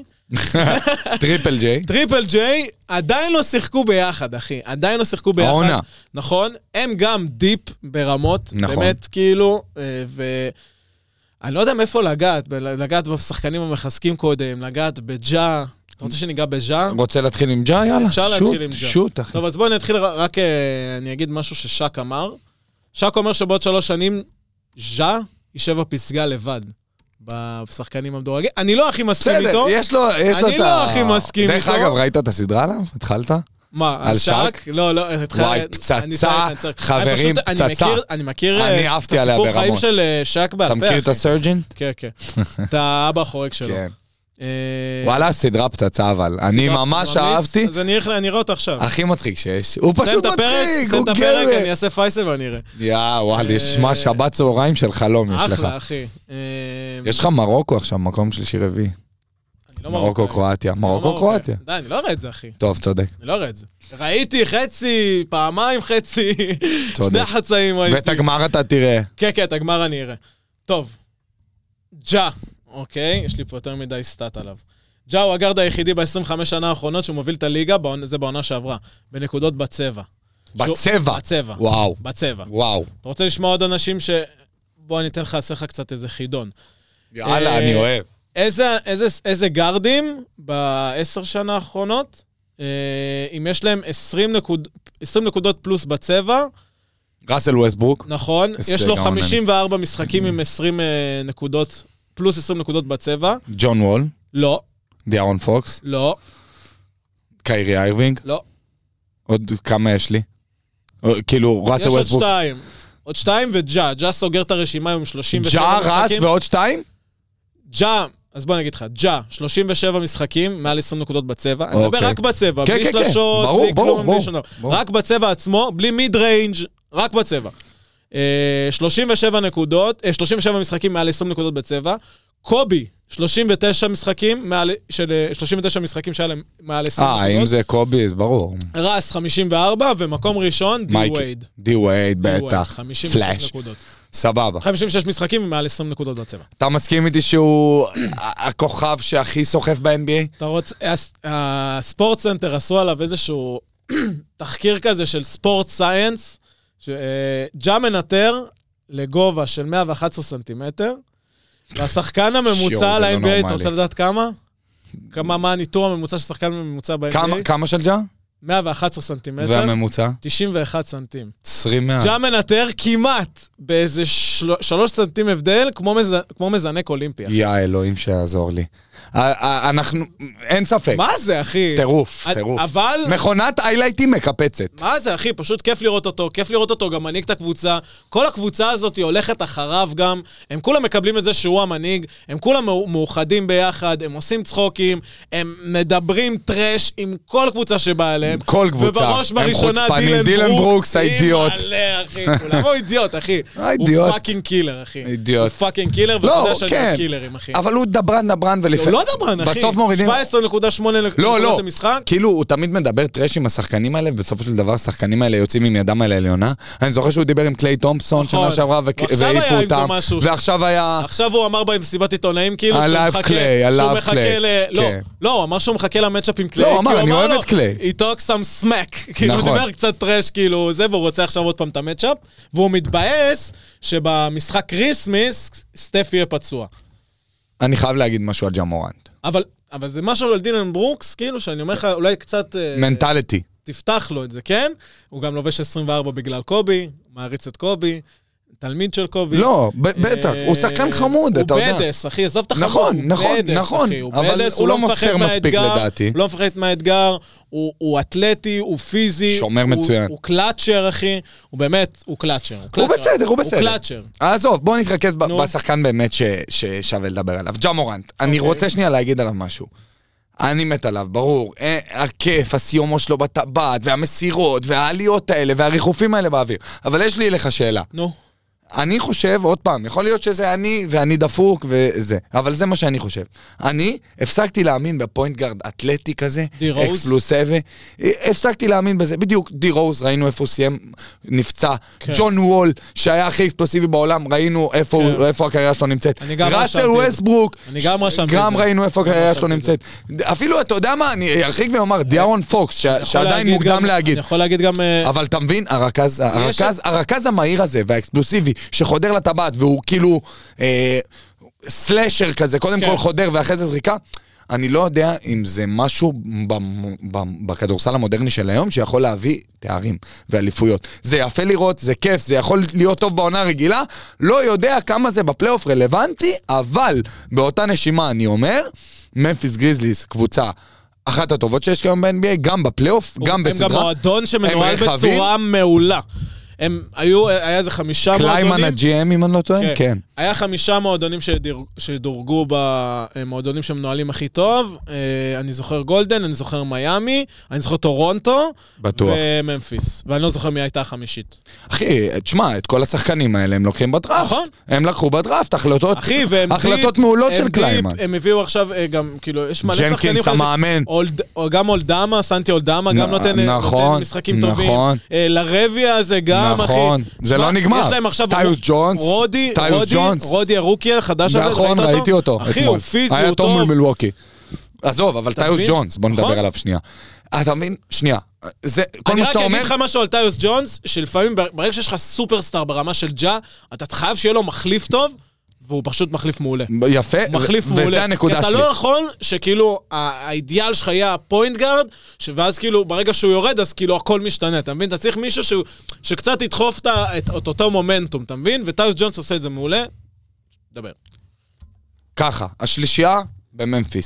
טריפל ג'יי, עדיין לא שיחקו ביחד, אחי. עדיין לא שיחקו ביחד. העונה. נכון. הם גם דיפ ברמות. באמת, כאילו, אני לא יודע מאיפה לגעת בשחקנים המחזקים קודם, לגעת בג'ה. אתה רוצה שניגע בז'ה? רוצה להתחיל עם ג'ה? יאללה, אפשר להתחיל עם ג'ה. שוט, אחי. טוב, אז בואו נתחיל רק, אני אגיד משהו ששק אמר. שק אומר שבעוד 3 שנים, ז'ה יישב בפסגה לבד. בשחקנים המדורגים. אני לא הכי מסכים איתו. יש לו אני לא הכי מסכים איתו. דרך אגב, ראית את הסדרה עליו? התחלת? מה, על שק? לא. וואי, פצצה, חברים, פצצה. אני מכיר אני אהבתי עליה ברמות. את הסיפור חיים של שק בעל פה. אתה מכיר את הסרג'נט? כן. את האבא החורג שלו. וואלה, סדרה פצצה, אבל אני ממש אהבתי. אז אני אראה אותה עכשיו. הכי מצחיק שיש. הוא פשוט מצחיק, הוא גבר. הפרק, אני אעשה פייסל ואני אראה. וואלה, יש מה שבת צהריים של חלום יש לך. אחלה, אחי. יש לך מרוקו עכשיו, מקום שלישי רביעי. מרוקו, קרואטיה. מרוקו, קרואטיה. די, אני לא אראה את זה, אחי. טוב, צודק. אני לא אראה את זה. ראיתי חצי, פעמיים חצי, 2 חצאים ראיתי. ואת הגמר אתה תראה. כן, את הגמר אני אראה. טוב. ג'ה. אוקיי, יש לי פה יותר מדי סטאט עליו. ג'ה הוא הגארד היחידי ב-25 שנה האחרונות שהוא מוביל את הליגה, זה בעונה שעברה, בנקודות בצבע. בצבע? בצבע. וואו. בצבע. וואו. אתה רוצה לשמוע עוד אנשים בוא אני אתן לך, אעשה לך קצת איזה חידון. יאללה, אני אוהב. איזה גארדים ב10 שנה האחרונות, אם יש להם 20 נקודות פלוס בצבע, ראסל ווסטברוק. נכון, יש לו 54 משחקים עם 20 נקודות פלוס 20 נקודות בצבע. ג'ון וול? לא. דיארון פוקס? לא. קיירי איירווינג? לא. עוד כמה יש לי? כאילו, ראסל יש ווסטברוק. עוד 2 וג'ה סוגר את הרשימה עם 37 משחקים. ג'ה, ראס ועוד 2? ג'ה, אז בוא נגיד לך, ג'ה, 37 משחקים, מעל 20 נקודות בצבע. אני מדבר רק בצבע, בלי שלשות, בלי כלום, בלי שום דבר. רק בצבע עצמו, בלי מיד ריינג', רק בצבע. 37 משחקים מעל 20 נקודות בצבע. קובי, 39 משחקים שהיה להם מעל 20 נקודות. אם זה קובי, אז ברור. רס, 54, ומקום ראשון, די ווייד. די ווייד, בטח. 56 נקודות. סבבה. 56 משחקים ומעל 20 נקודות בצבע. אתה מסכים איתי שהוא הכוכב שהכי סוחף ב-NBA? אתה רוצה, הספורט סנטר עשו עליו איזשהו תחקיר כזה של ספורט סייאנס, שג'ה מנטר לגובה של 111 סנטימטר, והשחקן הממוצע על ה-NBA, אתה רוצה לדעת כמה? מה הניטור הממוצע של שחקן ממוצע ב-NBA? כמה של ג'ה? 111 סנטימטר. והממוצע? 91 סנטים. 20. ג'ה מנטר כמעט באיזה 3 סנטים הבדל, כמו מזנק אולימפיה. יא אלוהים שיעזור לי. אנחנו, אין ספק. מה זה, אחי? טירוף. אבל... מכונת איילייטים מקפצת. מה זה, אחי? פשוט כיף לראות אותו, גם מנהיג את הקבוצה. כל הקבוצה הזאת היא הולכת אחריו גם. הם כולם מקבלים את זה שהוא המנהיג, הם כולם מאוחדים ביחד, הם עושים צחוקים, הם מדברים טרש עם כל קבוצה שבאה אליהם. כל קבוצה. ובראש בראשונה דילן ברוקס, האידיוט. אחי, כולם הוא אידיוט, אחי. האידיוט. הוא פאקינג קילר, אחי. אידיוט. הוא פאקינג קילר, ואתה יודע שאני אוהב קילרים, אחי. אבל הוא דברן ולפעמים. לא דברן, אחי. בסוף מורידים... 17.8 נקודות למשחק. כאילו, הוא תמיד מדבר טרש עם השחקנים האלה, ובסופו של דבר השחקנים האלה יוצאים עם ידם האלה עליונה. אני זוכר שהוא דיבר עם קליי תומפסון שנה שעברה, והעיפו אותם. ועכשיו היה... עכשיו הוא אמר במסיבת עיתונאים, כאילו, שהוא מחכה לא, הוא אמר שהוא מחכה למצ'אפ עם קליי. לא, הוא אמר, אני אוהב את קליי. He talks some smack. כאילו, הוא דיבר קצת טרש, כאילו, זה, והוא רוצה עכשיו עוד פעם את המצ'אפ, והוא מתבאס שבמשחק קריסמס, סטף יהיה פצוע. אני חייב להגיד משהו על ג'ה מורנט. אבל זה משהו על דילן ברוקס, כאילו, שאני אומר לך, אולי קצת... מנטליטי. תפתח לו את זה, כן? הוא גם לובש 24 בגלל קובי, מעריץ את קובי, תלמיד של קובי. לא, בטח, הוא שחקן חמוד, אתה יודע. הוא בדס, אחי, עזוב את החמוד. נכון, אבל הוא לא מוסר מספיק לדעתי. הוא לא מפחד מהאתגר, הוא אתלטי, הוא פיזי. שומר מצוין. הוא קלאצ'ר, אחי. הוא באמת, הוא קלאצ'ר. הוא בסדר. הוא קלאצ'ר. עזוב, בוא נתרכז בשחקן באמת ששווה לדבר עליו. ג'ה מורנט, אני רוצה שנייה להגיד עליו משהו. אני מת עליו, ברור. הכיף, הסיומו שלו בטבעת, והמסירות, והעליות האלה, והריחופים האלה באוויר. אבל יש לי לך שאלה. נו. אני חושב, עוד פעם, יכול להיות שזה אני, ואני דפוק וזה, אבל זה מה שאני חושב. אני הפסקתי להאמין בפוינט גארד אתלטי כזה, אקספלוסיבי, הפסקתי להאמין בזה, בדיוק די רוז, ראינו איפה הוא סיים, נפצע, ג'ון וול, שהיה הכי אקספלוסיבי בעולם, ראינו איפה הקריירה שלו נמצאת, ראסל ווסטברוק, גם ראינו איפה הקריירה שלו נמצאת, אפילו, אתה יודע מה, אני ארחיק ואומר, דיארון פוקס, שעדיין מוקדם להגיד, אני יכול להגיד גם... אבל אתה מבין, הרכז המהיר הזה, והאקספלוסיבי, שחודר לטבעת, והוא כאילו סלשר כזה, קודם כל חודר ואחרי זה זריקה, אני לא יודע אם זה משהו בכדורסל המודרני של היום, שיכול להביא תארים ואליפויות. זה יפה לראות, זה כיף, זה יכול להיות טוב בעונה רגילה, לא יודע כמה זה בפלייאוף רלוונטי, אבל באותה נשימה אני אומר, ממפיס גריזליס, קבוצה אחת הטובות שיש כיום ב-NBA, גם בפלייאוף, גם בסדרה. הם גם מועדון שמנוהל בצורה מעולה. היה איזה 5 מועדונים. קליימן הג'י-אם, אם אני לא טועה? כן. היה 5 מועדונים שדורגו במועדונים שמנוהלים הכי טוב. אני זוכר גולדן, אני זוכר מיימי, אני זוכר טורונטו. בטוח. וממפיס. ואני לא זוכר מי הייתה החמישית. אחי, תשמע, את כל השחקנים האלה הם לוקחים בדראפט. נכון. הם לקחו בדראפט, החלטות מעולות של קליימן. הם הביאו עכשיו גם, כאילו, יש מלא שחקנים. ג'נקינס המאמן. גם אולדאמה, סנטי אולדאמה, גם נותן משחקים טובים. לרביה הזה גם. נכון, זה לא נגמר. יש להם עכשיו טיוס ג'ונס. רודי הרוקי החדש הזה. נכון, ראיתי אותו. אחי, הוא פיזי, היה הוא טוב טוב. מול מילווקי. עזוב, אבל טיוס ג'ונס, בוא נדבר עליו שנייה. אתה מבין? שנייה. אני רק אגיד לך משהו על טיוס ג'ונס, שלפעמים ברגע שיש לך סופרסטאר ברמה של ג'ה, אתה חייב שיהיה לו מחליף טוב, והוא פשוט מחליף מעולה. יפה, וזה הנקודה שלי. כי אתה לא יכול שכאילו האידיאל שלך יהיה הפוינט גארד, ואז כאילו ברגע שהוא יורד, אז כאילו הכל משתנה, אתה מבין? אתה צריך מישהו שקצת ידחוף את אותו מומנטום, אתה מבין? וטיוס ג'ונס עושה את זה מעולה. דבר. ככה, השלישייה בממפיס.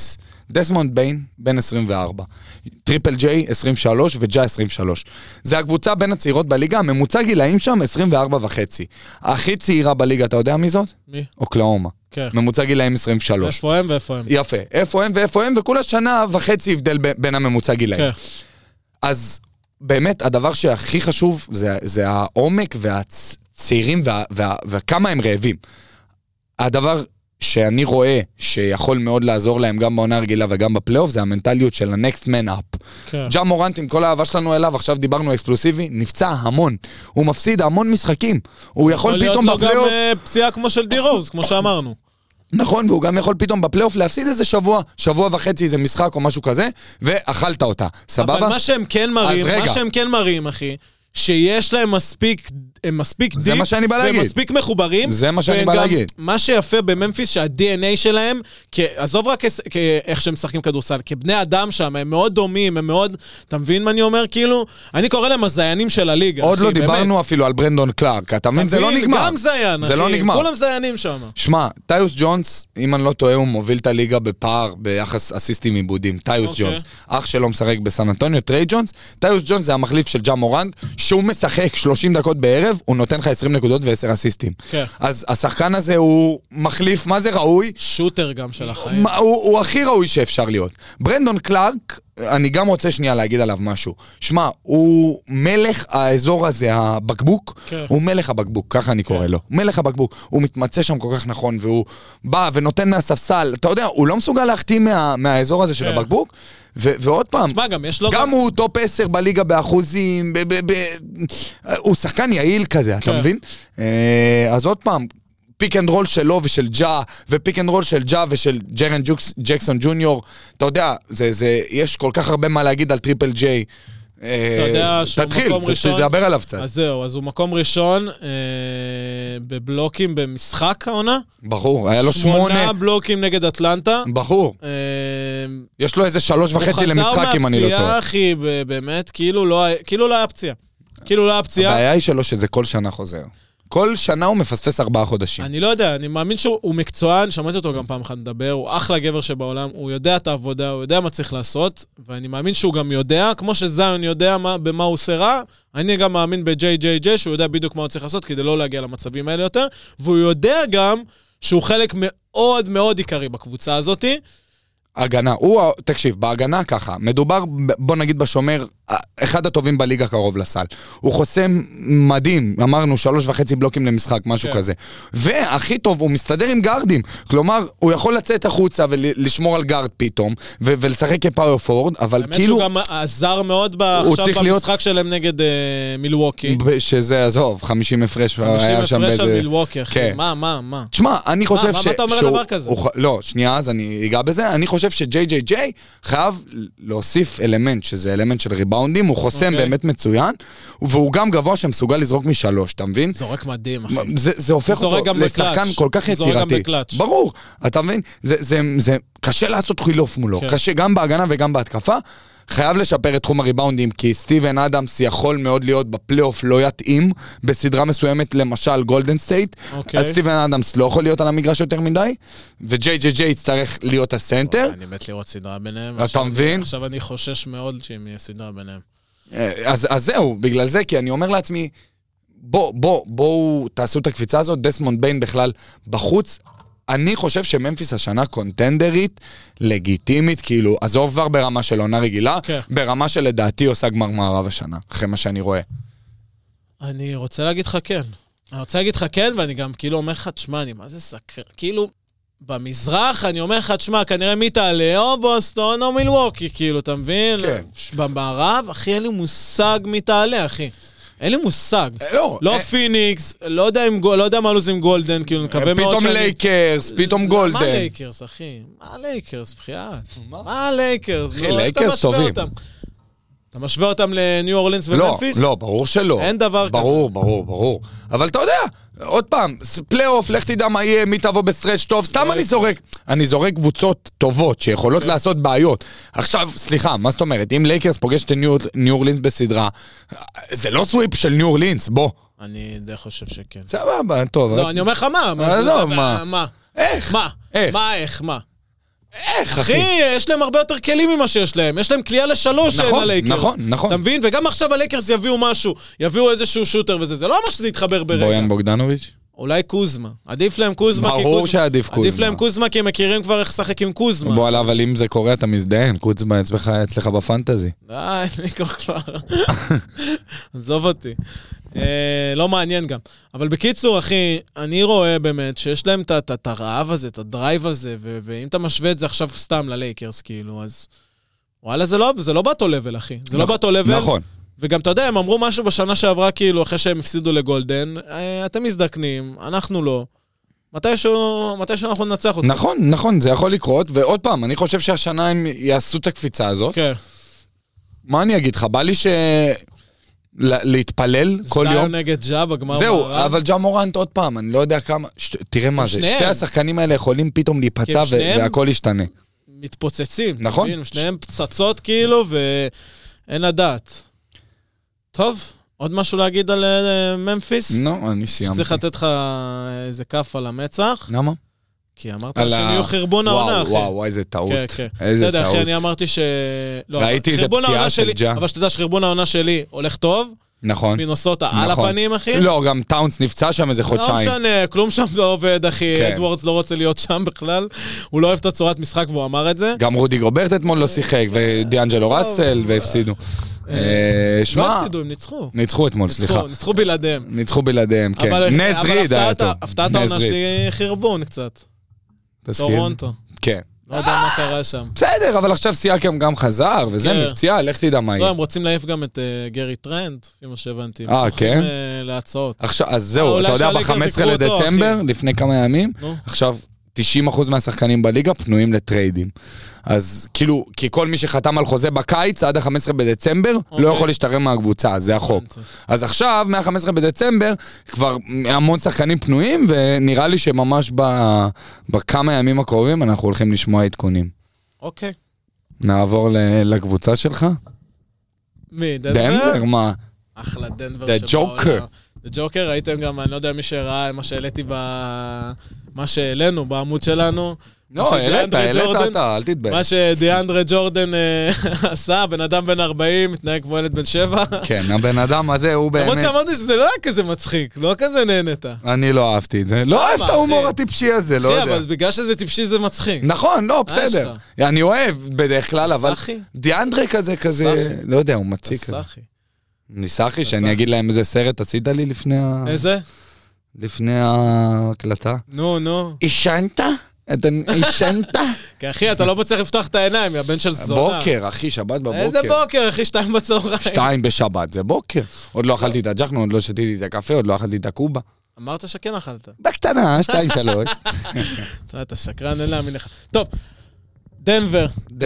דסמונד ביין, בן 24. טריפל ג'יי, 23, וג'ה 23. זה הקבוצה בין הצעירות בליגה, הממוצע גילאים שם 24 וחצי. הכי צעירה בליגה, אתה יודע מי זאת? מי? אוקלאומה. כן. ממוצע גילאים 23. איפה הם ואיפה הם? יפה. איפה הם ואיפה הם, וכולה שנה וחצי הבדל בין הממוצע גילאים. כן. אז באמת, הדבר שהכי חשוב זה העומק והצעירים וכמה הם רעבים. הדבר שאני רואה שיכול מאוד לעזור להם גם בעונה הרגילה וגם בפלייאוף, זה המנטליות של ה-next man up. כן. ג'ה מורנט, עם כל האהבה שלנו אליו, עכשיו דיברנו אקספלוסיבי, נפצע המון. הוא מפסיד המון משחקים. הוא יכול פתאום בפלייאוף... יכול להיות לו גם פציעה כמו של די רוז, כמו שאמרנו. נכון, והוא גם יכול פתאום בפלייאוף להפסיד איזה שבוע וחצי איזה משחק או משהו כזה, ואכלת אותה. סבבה? אבל מה שהם כן מראים, אחי, שיש להם מספיק דיפ, זה מה שאני בא להגיד. ומספיק מחוברים. זה מה שאני בא להגיד. מה שיפה בממפיס, שה-DNA שלהם, עזוב רק איך שהם משחקים כדורסל, כבני אדם שם, הם מאוד דומים, הם מאוד, אתה מבין מה אני אומר? כאילו, אני קורא להם הזיינים של הליגה. עוד לא דיברנו אפילו על ברנדון קלארק, אתה מבין? זה לא נגמר. גם זיין, אחי. זה לא נגמר. כולם זיינים שם. שמע, טיוס ג'ונס, אם אני לא טועה, הוא מוביל את הליגה בפער, ביחס אסיסטים עיבודים. טיוס ג'ונס. אח שלו משחק בסן אנטוניו, טריי ג'ונס. טיוס ג'ונס זה המחליף של ג'ה מורנט, שהוא משחק 30 דקות בערב, הוא נותן לך 20 נקודות ו10 אסיסטים. כן. אז השחקן הזה הוא מחליף, מה זה ראוי? שוטר גם של החיים. הוא הכי ראוי שאפשר להיות. ברנדון קלארק, אני גם רוצה שנייה להגיד עליו משהו. שמע, הוא מלך האזור הזה, הבקבוק, כן. הוא מלך הבקבוק, ככה אני קורא לו. מלך הבקבוק, הוא מתמצא שם כל כך נכון, והוא בא ונותן מהספסל, אתה יודע, הוא לא מסוגל להחתים מהאזור הזה של הבקבוק, ועוד פעם, גם הוא טופ 10 בליגה באחוזים, הוא שחקן יעיל כזה, אתה מבין? אז עוד פעם, פיק אנד רול שלו ושל ג'ה, ופיק אנד רול של ג'ה ושל ג'רן ג'קסון ג'וניור, אתה יודע, יש כל כך הרבה מה להגיד על טריפל ג'יי. אתה יודע שהוא מקום ראשון. תדבר עליו קצת. אז זהו, אז הוא מקום ראשון בבלוקים במשחק העונה. ברור, היה לו 8 בלוקים נגד אטלנטה. ברור. יש לו איזה 3.5 למשחק אם אני לא טועה. הוא חזר מהפציעה, אחי, באמת, כאילו לא היה פציעה. כאילו לא היה פציעה. הבעיה היא שלו שזה כל שנה חוזר. כל שנה הוא מפספס 4 חודשים. אני לא יודע, אני מאמין שהוא מקצוען, שמעתי אותו גם פעם אחת מדבר, הוא אחלה גבר שבעולם, הוא יודע את העבודה, הוא יודע מה צריך לעשות, ואני מאמין שהוא גם יודע, כמו שזיון יודע במה הוא עושה רע, אני גם מאמין ב-JJJ, שהוא יודע בדיוק מה הוא צריך לעשות, כדי לא להגיע למצבים האלה יותר, והוא יודע גם שהוא חלק מאוד מאוד עיקרי בקבוצה הזאת. הגנה, תקשיב, בהגנה ככה, מדובר, בוא נגיד בשומר, אחד הטובים בליגה קרוב לסל. הוא חוסם מדהים, אמרנו 3.5 בלוקים למשחק, משהו כזה. והכי טוב, הוא מסתדר עם גארדים. כלומר, הוא יכול לצאת החוצה ולשמור על גארד פתאום, ולשחק כפאוור פורד, אבל כאילו... האמת שהוא גם עזר מאוד עכשיו במשחק שלהם נגד מילווקי. שזה, עזוב, 50 הפרש. 50 הפרש על מילווקי, אחי. מה? תשמע, אני חושב מה אתה אומר על דבר כזה? לא, שנייה, אז אני אגע בזה. אני חושב ש-JJJ חייב להוסיף אלמנט, שזה אלמנט של ריבאונדים, הוא חוסם באמת מצוין, והוא גם גבוה שמסוגל לזרוק מ3, אתה מבין? זורק מדהים, אחי. זה הופך אותו לשחקן כל כך יצירתי. ברור, אתה מבין? זה קשה לעשות חילוף מולו, קשה גם בהגנה וגם בהתקפה, חייב לשפר את תחום הריבאונדים, כי סטיבן אדמס יכול מאוד להיות בפלייאוף לא יתאים, בסדרה מסוימת למשל גולדן סטייט, אז סטיבן אדמס לא יכול להיות על המגרש יותר מדי, ו-JJJ יצטרך להיות הסנטר. אני מת לראות סדרה ביניהם. אתה מבין? עכשיו אני חושש מאוד שאם יהיה סדרה ביניהם. אז זהו, בגלל זה, כי אני אומר לעצמי, בואו תעשו את הקפיצה הזאת, דסמונד ביין בכלל בחוץ, אני חושב שממפיס השנה קונטנדרית, לגיטימית, כאילו, עזוב כבר ברמה של עונה רגילה, ברמה של לדעתי עושה גמר מערב השנה, אחרי מה שאני רואה. אני רוצה להגיד לך כן. ואני גם כאילו אומר לך, תשמע, אני מה זה סקר, כאילו, במזרח אני אומר לך, תשמע, כנראה מי תעלה, או בוסטון או מילווקי, כאילו, אתה מבין? כן. במערב, אחי, אין לי מושג מי תעלה, אחי. אין לי מושג. לא פיניקס, לא יודע מה לוזים גולדן, כאילו נקווה מאוד פתאום לייקרס, פתאום גולדן. מה לייקרס, אחי? מה לייקרס, בחייאת? מה לייקרס? אחי, לייקרס טובים. אתה משווה אותם לניו אורלינס וממפיס? לא, ברור שלא. אין דבר כזה. ברור. אבל אתה יודע, עוד פעם, פלייאוף, לך תדע מה יהיה, מי תבוא בסטרץ' טוב, סתם אני זורק קבוצות טובות שיכולות לעשות בעיות. עכשיו, סליחה, מה זאת אומרת? אם לייקרס פוגש את ניו אורלינס בסדרה, זה לא סוויפ של ניו אורלינס, בוא. אני די חושב שכן. סבבה, טוב. לא, אני אומר לך מה? מה? איך? מה? איך, אחי, יש להם הרבה יותר כלים ממה שיש להם. יש להם כלייה ל3 ללייקרס. נכון. אתה מבין? וגם עכשיו הלייקרס יביאו משהו, יביאו איזשהו שוטר וזה. זה לא אומר שזה יתחבר ברגע. בויאן בוגדנוביץ'? אולי קוזמה. עדיף להם קוזמה. ברור שעדיף קוזמה. עדיף להם קוזמה כי הם מכירים כבר איך לשחק עם קוזמה. בוא עליו, אבל אם זה קורה אתה מזדהן, קוזמה אצלך בפנטזי. די, אני כבר. עזוב אותי. לא מעניין גם. אבל בקיצור, אחי, אני רואה באמת שיש להם את הרעב הזה, את הדרייב הזה, ואם אתה משווה את זה עכשיו סתם ללייקרס, כאילו, אז וואלה, זה לא באותו לבל, אחי. זה לא באותו לבל. נכון. וגם, אתה יודע, הם אמרו משהו בשנה שעברה, כאילו, אחרי שהם הפסידו לגולדן, אתם מזדקנים, אנחנו לא. מתישהו אנחנו ננצח אותם. נכון, זה יכול לקרות, ועוד פעם, אני חושב שהשנה הם יעשו את הקפיצה הזאת. כן. מה אני אגיד לך? בא לי להתפלל כל יום. זיון נגד ג'ה בגמר זהו, מערב. אבל ג'ה מורנט עוד פעם, אני לא יודע כמה, תראה מה זה, שתי השחקנים האלה יכולים פתאום להיפצע והכל ישתנה. מתפוצצים. נכון. שניהם פצצות כאילו, ואין לדעת. טוב, עוד משהו להגיד על ממפיס? לא, אני סיימתי. שצריך לתת לך איזה כף על המצח. למה? כי אמרת שהם יהיו חרבון העונה, אחי. וואו, איזה טעות. כן. איזה טעות. בסדר, אחי, אני אמרתי ראיתי איזה פציעה של ג'ה. אבל שתדע שחרבון העונה שלי הולך טוב. נכון. מינוסוטה על הפנים, אחי. לא, גם טאונס נפצע שם איזה חודשיים. לא משנה, כלום שם לא עובד, אחי. אדוורדס לא רוצה להיות שם בכלל. הוא לא אוהב את הצורת משחק והוא אמר את זה. גם רודי גרוברט אתמול לא שיחק, ודיאנג'לו ראסל, והפסידו. לא הפסידו, הם ניצחו. ניצחו אתמול, סליחה. ניצחו בלעדיהם. כן. נס ריד היה טוב. הפתעת העונה שלי חרבון קצת. טורונטו. כן. לא יודע מה קרה שם. בסדר, אבל עכשיו סייקם גם חזר, וזה מפציעה, לך תדע מה יהיה. לא, הם רוצים להעיף גם את גרי טרנד, לפי מה שהבנתי. כן? להצעות. אז זהו, אתה יודע, ב-15 לדצמבר, לפני כמה ימים, עכשיו 90% מהשחקנים בליגה פנויים לטריידים. אז כאילו, כי כל מי שחתם על חוזה בקיץ עד ה-15 בדצמבר, לא יכול להשתרם מהקבוצה, זה החוק. אז עכשיו, מה-15 בדצמבר, כבר המון שחקנים פנויים, ונראה לי שממש בכמה ימים הקרובים אנחנו הולכים לשמוע עדכונים. אוקיי. נעבור לקבוצה שלך? מי? דנבר? מה? אחלה דנבר שבעולם. ג'וקר. ג'וקר, ראיתם גם, אני לא יודע מי שראה, מה שהעליתי מה שהעלינו בעמוד שלנו. לא, העלית אתה, אל תתבייש. מה שדיאנדרה ג'ורדן עשה, בן אדם בן 40, מתנהג כמו ילד בן 7. כן, הבן אדם הזה הוא באמת... למרות שאמרתי שזה לא היה כזה מצחיק, לא כזה נהנית. אני לא אהבתי את זה. לא אוהב את ההומור הטיפשי הזה, לא יודע. אבל בגלל שזה טיפשי זה מצחיק. נכון, לא, בסדר. אני אוהב בדרך כלל, אבל דיאנדרה כזה, לא יודע, הוא מציק. סחי. ניסחי, שאני אגיד להם איזה סרט עשית לי לפני איזה? לפני ההקלטה. נו. ישנת? אתה ישנת? כי אחי, אתה לא מצליח לפתוח את העיניים, הבן של זונה. בוקר, אחי, שבת בבוקר. איזה בוקר, אחי, 2 בצהריים. 2 בשבת, זה בוקר. עוד לא אכלתי את הג'חנו, עוד לא שתיתי את הקפה, עוד לא אכלתי את הקובה. אמרת שכן אכלת. בקטנה, 2-3. אתה שקרן, אין להאמין לך. טוב, דנבר.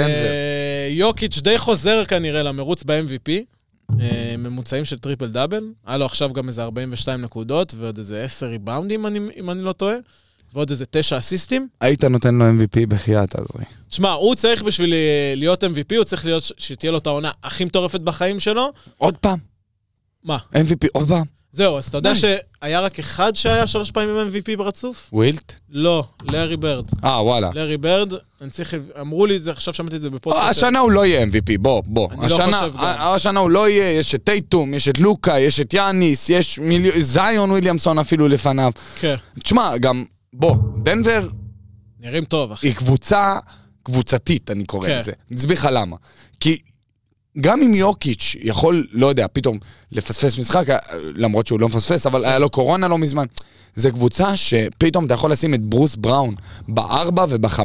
יוקיץ' די חוזר כנראה למרוץ ב-MVP. ממוצעים של טריפל דאבל. היה לו עכשיו גם איזה 42 נקודות, ועוד איזה 10 ריבאונדים, אם אני לא טועה. ועוד איזה 9 אסיסטים. היית נותן לו MVP בחייאת, עזרי. תשמע, הוא צריך בשביל להיות MVP, הוא צריך להיות שתהיה לו את העונה הכי מטורפת בחיים שלו. עוד פעם. מה? MVP, עוד פעם. זהו, אז אתה יודע שהיה רק אחד שהיה 3 פעמים MVP ברצוף? ווילט? לא, לארי ברד. וואלה. לארי ברד, אמרו לי את זה, עכשיו שמעתי את זה בפוסט. השנה הוא לא יהיה MVP, בוא. השנה הוא לא יהיה, יש את טייטום, יש את לוקה, יש את יאניס, יש זיון וויליאמסון אפילו לפניו. כן. תשמע, גם, דנבר... נראים טוב, אחי. היא קבוצתית, אני קורא לזה. נסביר לך למה. כי... גם אם יוקיץ' יכול, לא יודע, פתאום לפספס משחק, למרות שהוא לא מפספס, אבל היה לו קורונה לא מזמן. זה קבוצה שפתאום אתה יכול לשים את ברוס בראון ב4 וב5,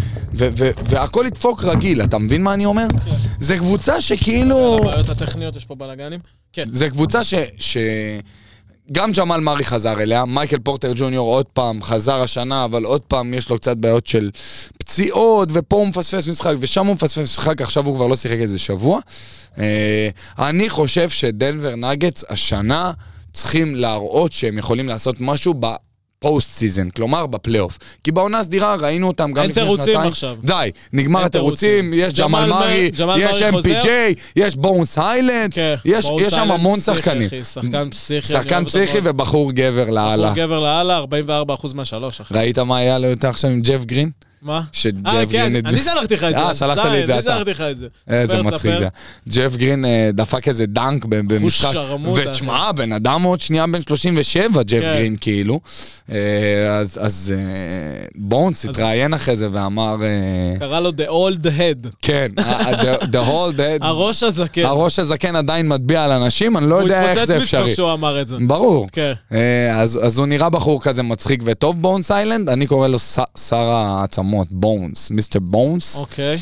והכל ידפוק רגיל, אתה מבין מה אני אומר? זה קבוצה שכאילו... הבעיות הטכניות, יש פה בלגנים? כן. זה קבוצה גם ג'מאל מארי חזר אליה, מייקל פורטר ג'וניור עוד פעם חזר השנה, אבל עוד פעם יש לו קצת בעיות של פציעות, ופה הוא מפספס משחק, ושם הוא מפספס משחק, עכשיו הוא כבר לא שיחק איזה שבוע. אני חושב שדנבר נאגטס השנה צריכים להראות שהם יכולים לעשות משהו פוסט סיזן, כלומר בפלייאוף. כי בעונה סדירה ראינו אותם גם לפני שנתיים. אין תירוצים עכשיו. די, נגמר התירוצים, יש ג'מאל מארי, יש MPJ, יש בונס היילנד, יש שם המון שחקנים. שחקן פסיכי ובחור גבר לעלה. בחור גבר לעלה, 44% מהשלוש. ראית מה היה לו יותר עכשיו עם ג'ף גרין? מה? שג'ף גרין... אני שלחתי לך את זה. שלחת לי את זה אני אתה. שלחתי לך את זה. איזה מצחיק זה. ג'ף גרין דפק איזה דנק במשחק. ותשמע, בן אדם עוד שנייה בן 37, ג'ף גרין כאילו. אז בונס התראיין אחרי זה ואמר... קרא לו The Old Head. כן, The Old Head. הראש הזקן. הראש הזקן עדיין מטביע על אנשים, אני לא יודע איך זה אפשרי. הוא התפוצץ מצחוק שהוא אמר את זה. ברור. אז הוא נראה בחור כזה מצחיק וטוב, בונס איילנד, אני קורא לו שר העצמות, בונס, מיסטר בונס. אוקיי.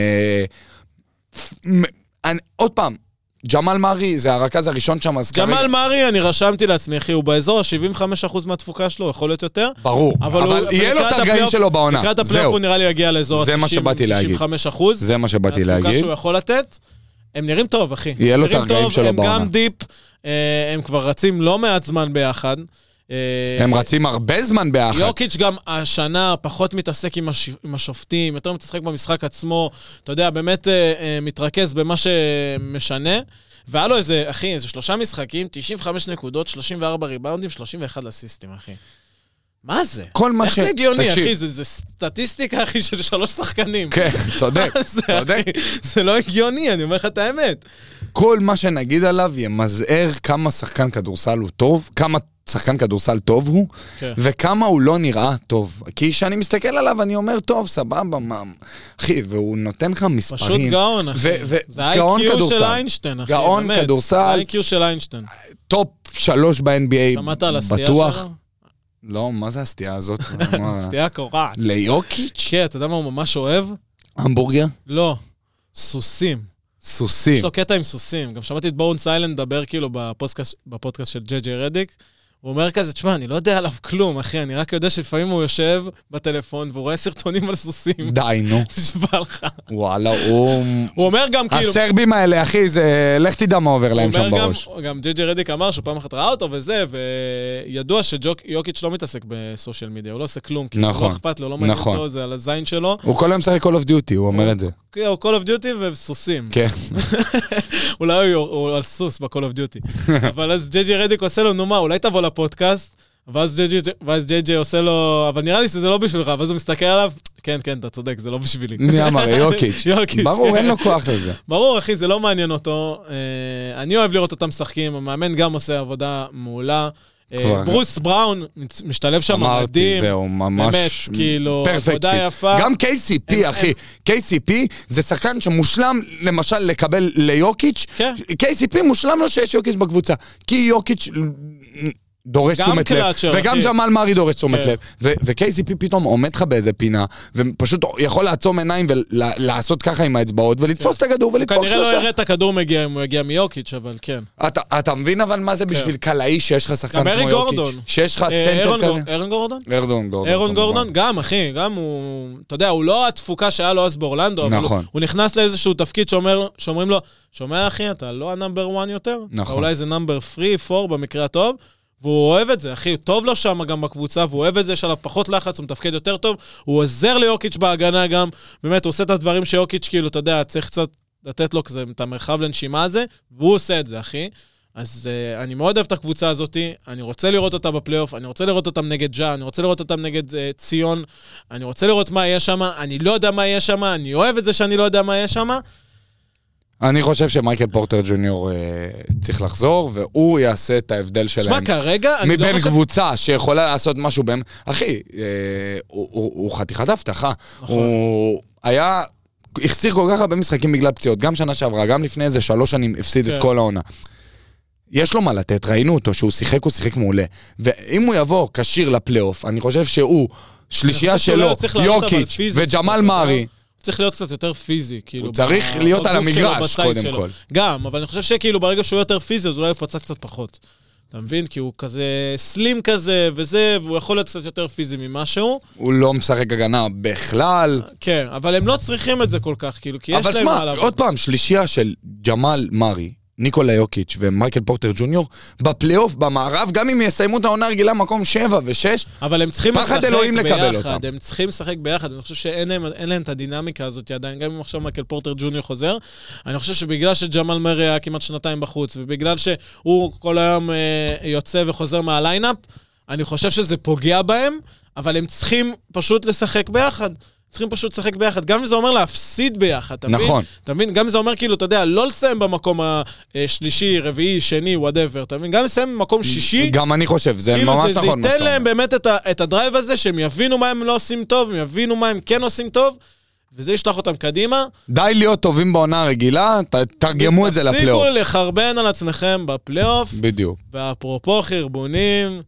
עוד פעם, ג'מאל מארי זה הרכז הראשון שם, אז ג'מאל מארי, אני רשמתי לעצמי, אחי, הוא באזור, 75% מהתפוקה שלו, יכול להיות יותר. ברור, אבל יהיה לו את הרגעים שלו בעונה. לקראת הפלייאוף הוא נראה לי יגיע לאזור ה-95%. זה מה שבאתי להגיד. התפוקה שהוא יכול לתת. הם נראים טוב, אחי. יהיה לו את הרגעים שלו בעונה. הם גם דיפ, הם כבר רצים לא מעט זמן ביחד. הם רצים הרבה זמן ביחד. יוקיץ' גם השנה פחות מתעסק עם השופטים, יותר מתעסק במשחק עצמו, אתה יודע, באמת מתרכז במה שמשנה, והיה לו איזה, אחי, איזה 3 משחקים, 95 נקודות, 34 ריבאונדים, 31 אסיסטים, אחי. מה זה? איך זה הגיוני, אחי? זה סטטיסטיקה, אחי, של 3 שחקנים. כן, צודק, צודק. זה לא הגיוני, אני אומר לך את האמת. כל מה שנגיד עליו ימזער כמה שחקן כדורסל הוא טוב, כמה שחקן כדורסל טוב הוא, וכמה הוא לא נראה טוב. כי כשאני מסתכל עליו, אני אומר, טוב, סבבה, אחי, והוא נותן לך מספרים. פשוט גאון, אחי. זה ה-IQ של איינשטיין, אחי. גאון כדורסל. ה-IQ של איינשטיין. טופ 3 ב-NBA, שמעת על הסטייה שלו? לא, מה זה הסטייה הזאת? סטייה קורעת. ליוקיץ'? כן, אתה יודע מה הוא ממש אוהב? המבורגר? לא, סוסים. סוסים. יש לו קטע עם סוסים. גם שמעתי את בונס איילנד לדבר כאילו בפודקאסט של ג'יי רדיק. הוא אומר כזה, תשמע, אני לא יודע עליו כלום, אחי, אני רק יודע שלפעמים הוא יושב בטלפון והוא רואה סרטונים על סוסים. די, נו. תשבע לך. וואלה, הוא אומר גם כאילו... הסרבים האלה, אחי, זה... לך תדע מה עובר להם שם בראש. גם ג'יי רדיק אמר שפעם אחת ראה אותו וזה, וידוע שיוקיץ' לא מתעסק בסושיאל מדיה, הוא לא עושה כלום, כי הוא לא אכפת לו, לא מעניין אותו, זה על הזין שלו. הוא כל היום משחק Call of Duty, הוא אומר את זה. הוא Call of Duty וסוסים. כן. אולי הוא על סוס ב-Call of Duty. אבל אז ג'יי רדיק עושה לו, נו מה, אולי תבוא לפודקאסט, ואז ג'יי עושה לו, אבל נראה לי שזה לא בשבילך, ואז הוא מסתכל עליו, כן, אתה צודק, זה לא בשבילי. מי אמר, יוקיץ'. ברור, אין לו כוח לזה. ברור, אחי, זה לא מעניין אותו. אני אוהב לראות אותם משחקים, המאמן גם עושה עבודה מעולה. ברוס בראון משתלב שם מדהים. אמרתי, זהו, ממש... באמת, כאילו, עבודה יפה. גם KCP, אחי. KCP זה שחקן שמושלם, למשל, לקבל ליוקיץ'. KCP מושלם לו שיש יוקיץ' בקבוצה. כי יוקיץ' דורש תשומת לב, וגם ג'מאל מארי דורש תשומת לב, ו-KCP פתאום עומד לך באיזה פינה, ופשוט יכול לעצום עיניים ולעשות ככה עם האצבעות, ולתפוס את הכדור ולדפוק שלושה. כנראה לא יראה את הכדור מגיע אם הוא יגיע מיוקיץ', אבל כן. אתה מבין אבל מה זה בשביל קלעי שיש לך שחקן כמו יוקיץ'? שיש לך סנטר כזה? אירון גורדון, גם אחי, גם הוא, אתה יודע, הוא לא התפוקה שהיה לו אז באורלנדו, אבל הוא נכנס לאיזשהו תפקיד שאומרים לו, שומע אחי, אתה לא הנאמבר 1 יותר, אולי זה נאמבר 3, 4 במקרה הטוב, והוא אוהב את זה, אחי, טוב לו שם גם בקבוצה, והוא אוהב את זה, יש עליו פחות לחץ, הוא מתפקד יותר טוב, הוא עוזר ליוקיץ' בהגנה גם, באמת, הוא עושה את הדברים שיוקיץ' כאילו, אתה יודע, צריך קצת לתת לו כזה, את המרחב לנשימה הזה, והוא עושה את זה, אחי. אז אני מאוד אוהב את הקבוצה הזאת, אני רוצה לראות אותה בפלייאוף, אני רוצה לראות אותם נגד ג'ה, אני רוצה לראות אותם נגד ציון, אני רוצה לראות מה יהיה שם, אני לא יודע מה יהיה שם, אני אוהב את זה שאני לא יודע מה יהיה שם. אני חושב שמייקל פורטר ג'וניור צריך לחזור, והוא יעשה את ההבדל שלהם. שמה, כרגע אני לא מבין קבוצה שיכולה לעשות משהו בהם. אחי, הוא חתיכת הבטחה. הוא היה, החסיר כל כך הרבה משחקים בגלל פציעות, גם שנה שעברה, גם לפני איזה 3 שנים הפסיד את כל העונה. יש לו מה לתת, ראינו אותו, שהוא שיחק מעולה. ואם הוא יבוא כשיר לפלייאוף, אני חושב שהוא, שלישייה שלו, יוקיץ' וג'מאל מארי, צריך להיות קצת יותר פיזי, כאילו. הוא צריך להיות על המגרש, קודם כל. גם, אבל אני חושב שכאילו ברגע שהוא יותר פיזי, אז אולי הוא פצע קצת פחות. אתה מבין? כי הוא כזה סלים כזה וזה, והוא יכול להיות קצת יותר פיזי ממשהו. הוא לא משחק הגנה בכלל. כן, אבל הם לא צריכים את זה כל כך, כאילו, כי יש להם מה עליו. אבל שמע, עוד פעם, שלישייה של ג'מאל מארי, ניקולה יוקיץ' ומייקל פורטר ג'וניור, בפלייאוף, במערב, גם אם יסיימו את העונה רגילה מקום 7 ו6, אבל הם צריכים פחד אלוהים לקבל אותם. הם צריכים לשחק ביחד, אני חושב שאין להם את הדינמיקה הזאת עדיין, גם אם עכשיו מייקל פורטר ג'וניור חוזר, אני חושב שבגלל שג'מאל מארי היה כמעט 2 בחוץ, ובגלל שהוא כל היום יוצא וחוזר מהליינאפ, אני חושב שזה פוגע בהם, אבל הם צריכים פשוט לשחק ביחד. צריכים פשוט לשחק ביחד, גם אם זה אומר להפסיד ביחד, נכון. אתה מבין? גם אם זה אומר כאילו, אתה יודע, לא לסיים במקום השלישי, רביעי, שני, whatever, אתה מבין? גם לסיים במקום שישי, גם אני חושב, זה ממש נכון. זה ייתן להם באמת את הדרייב הזה, שהם יבינו מה הם לא עושים טוב, הם יבינו מה הם כן עושים טוב, וזה ישלח אותם קדימה. די להיות טובים בעונה הרגילה, תרגמו את זה לפלייאוף. תפסיקו לחרבן על עצמכם בפלייאוף. בדיוק. ואפרופו חרבונים.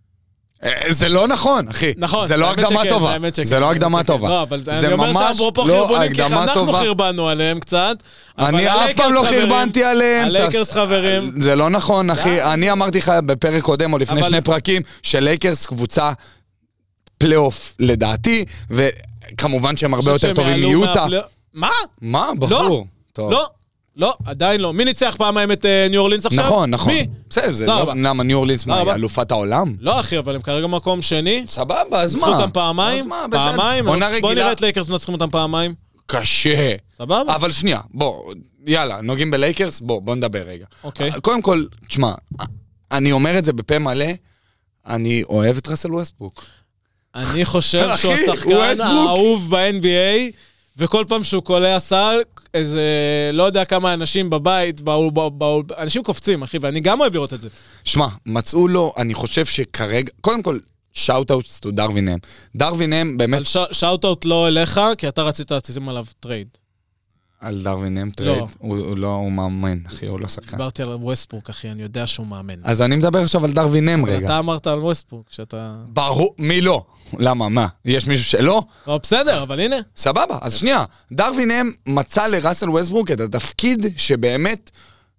זה לא נכון, אחי. נכון. זה לא הקדמה טובה. זה לא הקדמה טובה. לא, אבל אני אומר שאפרופו חרבונים, כי אנחנו חרבנו עליהם קצת. אני אף פעם לא חרבנתי עליהם. הלייקרס חברים. זה לא נכון, אחי. אני אמרתי לך בפרק קודם, או לפני שני פרקים, שלייקרס קבוצה פלייאוף לדעתי, וכמובן שהם הרבה יותר טובים מיוטה. מה? מה? בחור. לא, עדיין לא. מי ניצח פעמיים את ניו אורלינס עכשיו? נכון. מי? בסדר, זה לא נמה ניו אורלינס אלופת העולם. לא, אחי, אבל הם כרגע מקום שני. סבבה, אז מה? ניצחו אותם פעמיים? פעמיים? בוא נראה את לייקרס מנצחים אותם פעמיים. קשה. סבבה? אבל שנייה, בוא, יאללה, נוגעים בלייקרס, בוא נדבר רגע. אוקיי. קודם כל, תשמע, אני אומר את זה בפה מלא, אני אוהב את ראסל ווסטברוק. אני חושב שהוא השחקן האהוב ב-NBA, וכל פעם שהוא קולע סל, איזה, לא יודע כמה אנשים בבית, אנשים קופצים, אחי, ואני גם אוהב לראות את זה. שמע, מצאו לו, אני חושב שכרגע, קודם כל, שאוט-אוטס to דרווין-הם. דרווין-הם באמת... שאוט-אוט לא אליך, כי אתה רצית להציזים עליו טרייד. על דרווין-הם טרייד? הוא מאמן, אחי, הוא לא שחקן. דיברתי על ווסטברוק, אחי, אני יודע שהוא מאמן. אז אני מדבר עכשיו על דרווין-הם רגע. אתה אמרת על ווסטברוק, שאתה... ברור, מי לא? למה, מה? יש מישהו שלא? לא, בסדר, אבל הנה. סבבה, אז שנייה. דרווין-הם מצא לראסל ווסטברוק את התפקיד שבאמת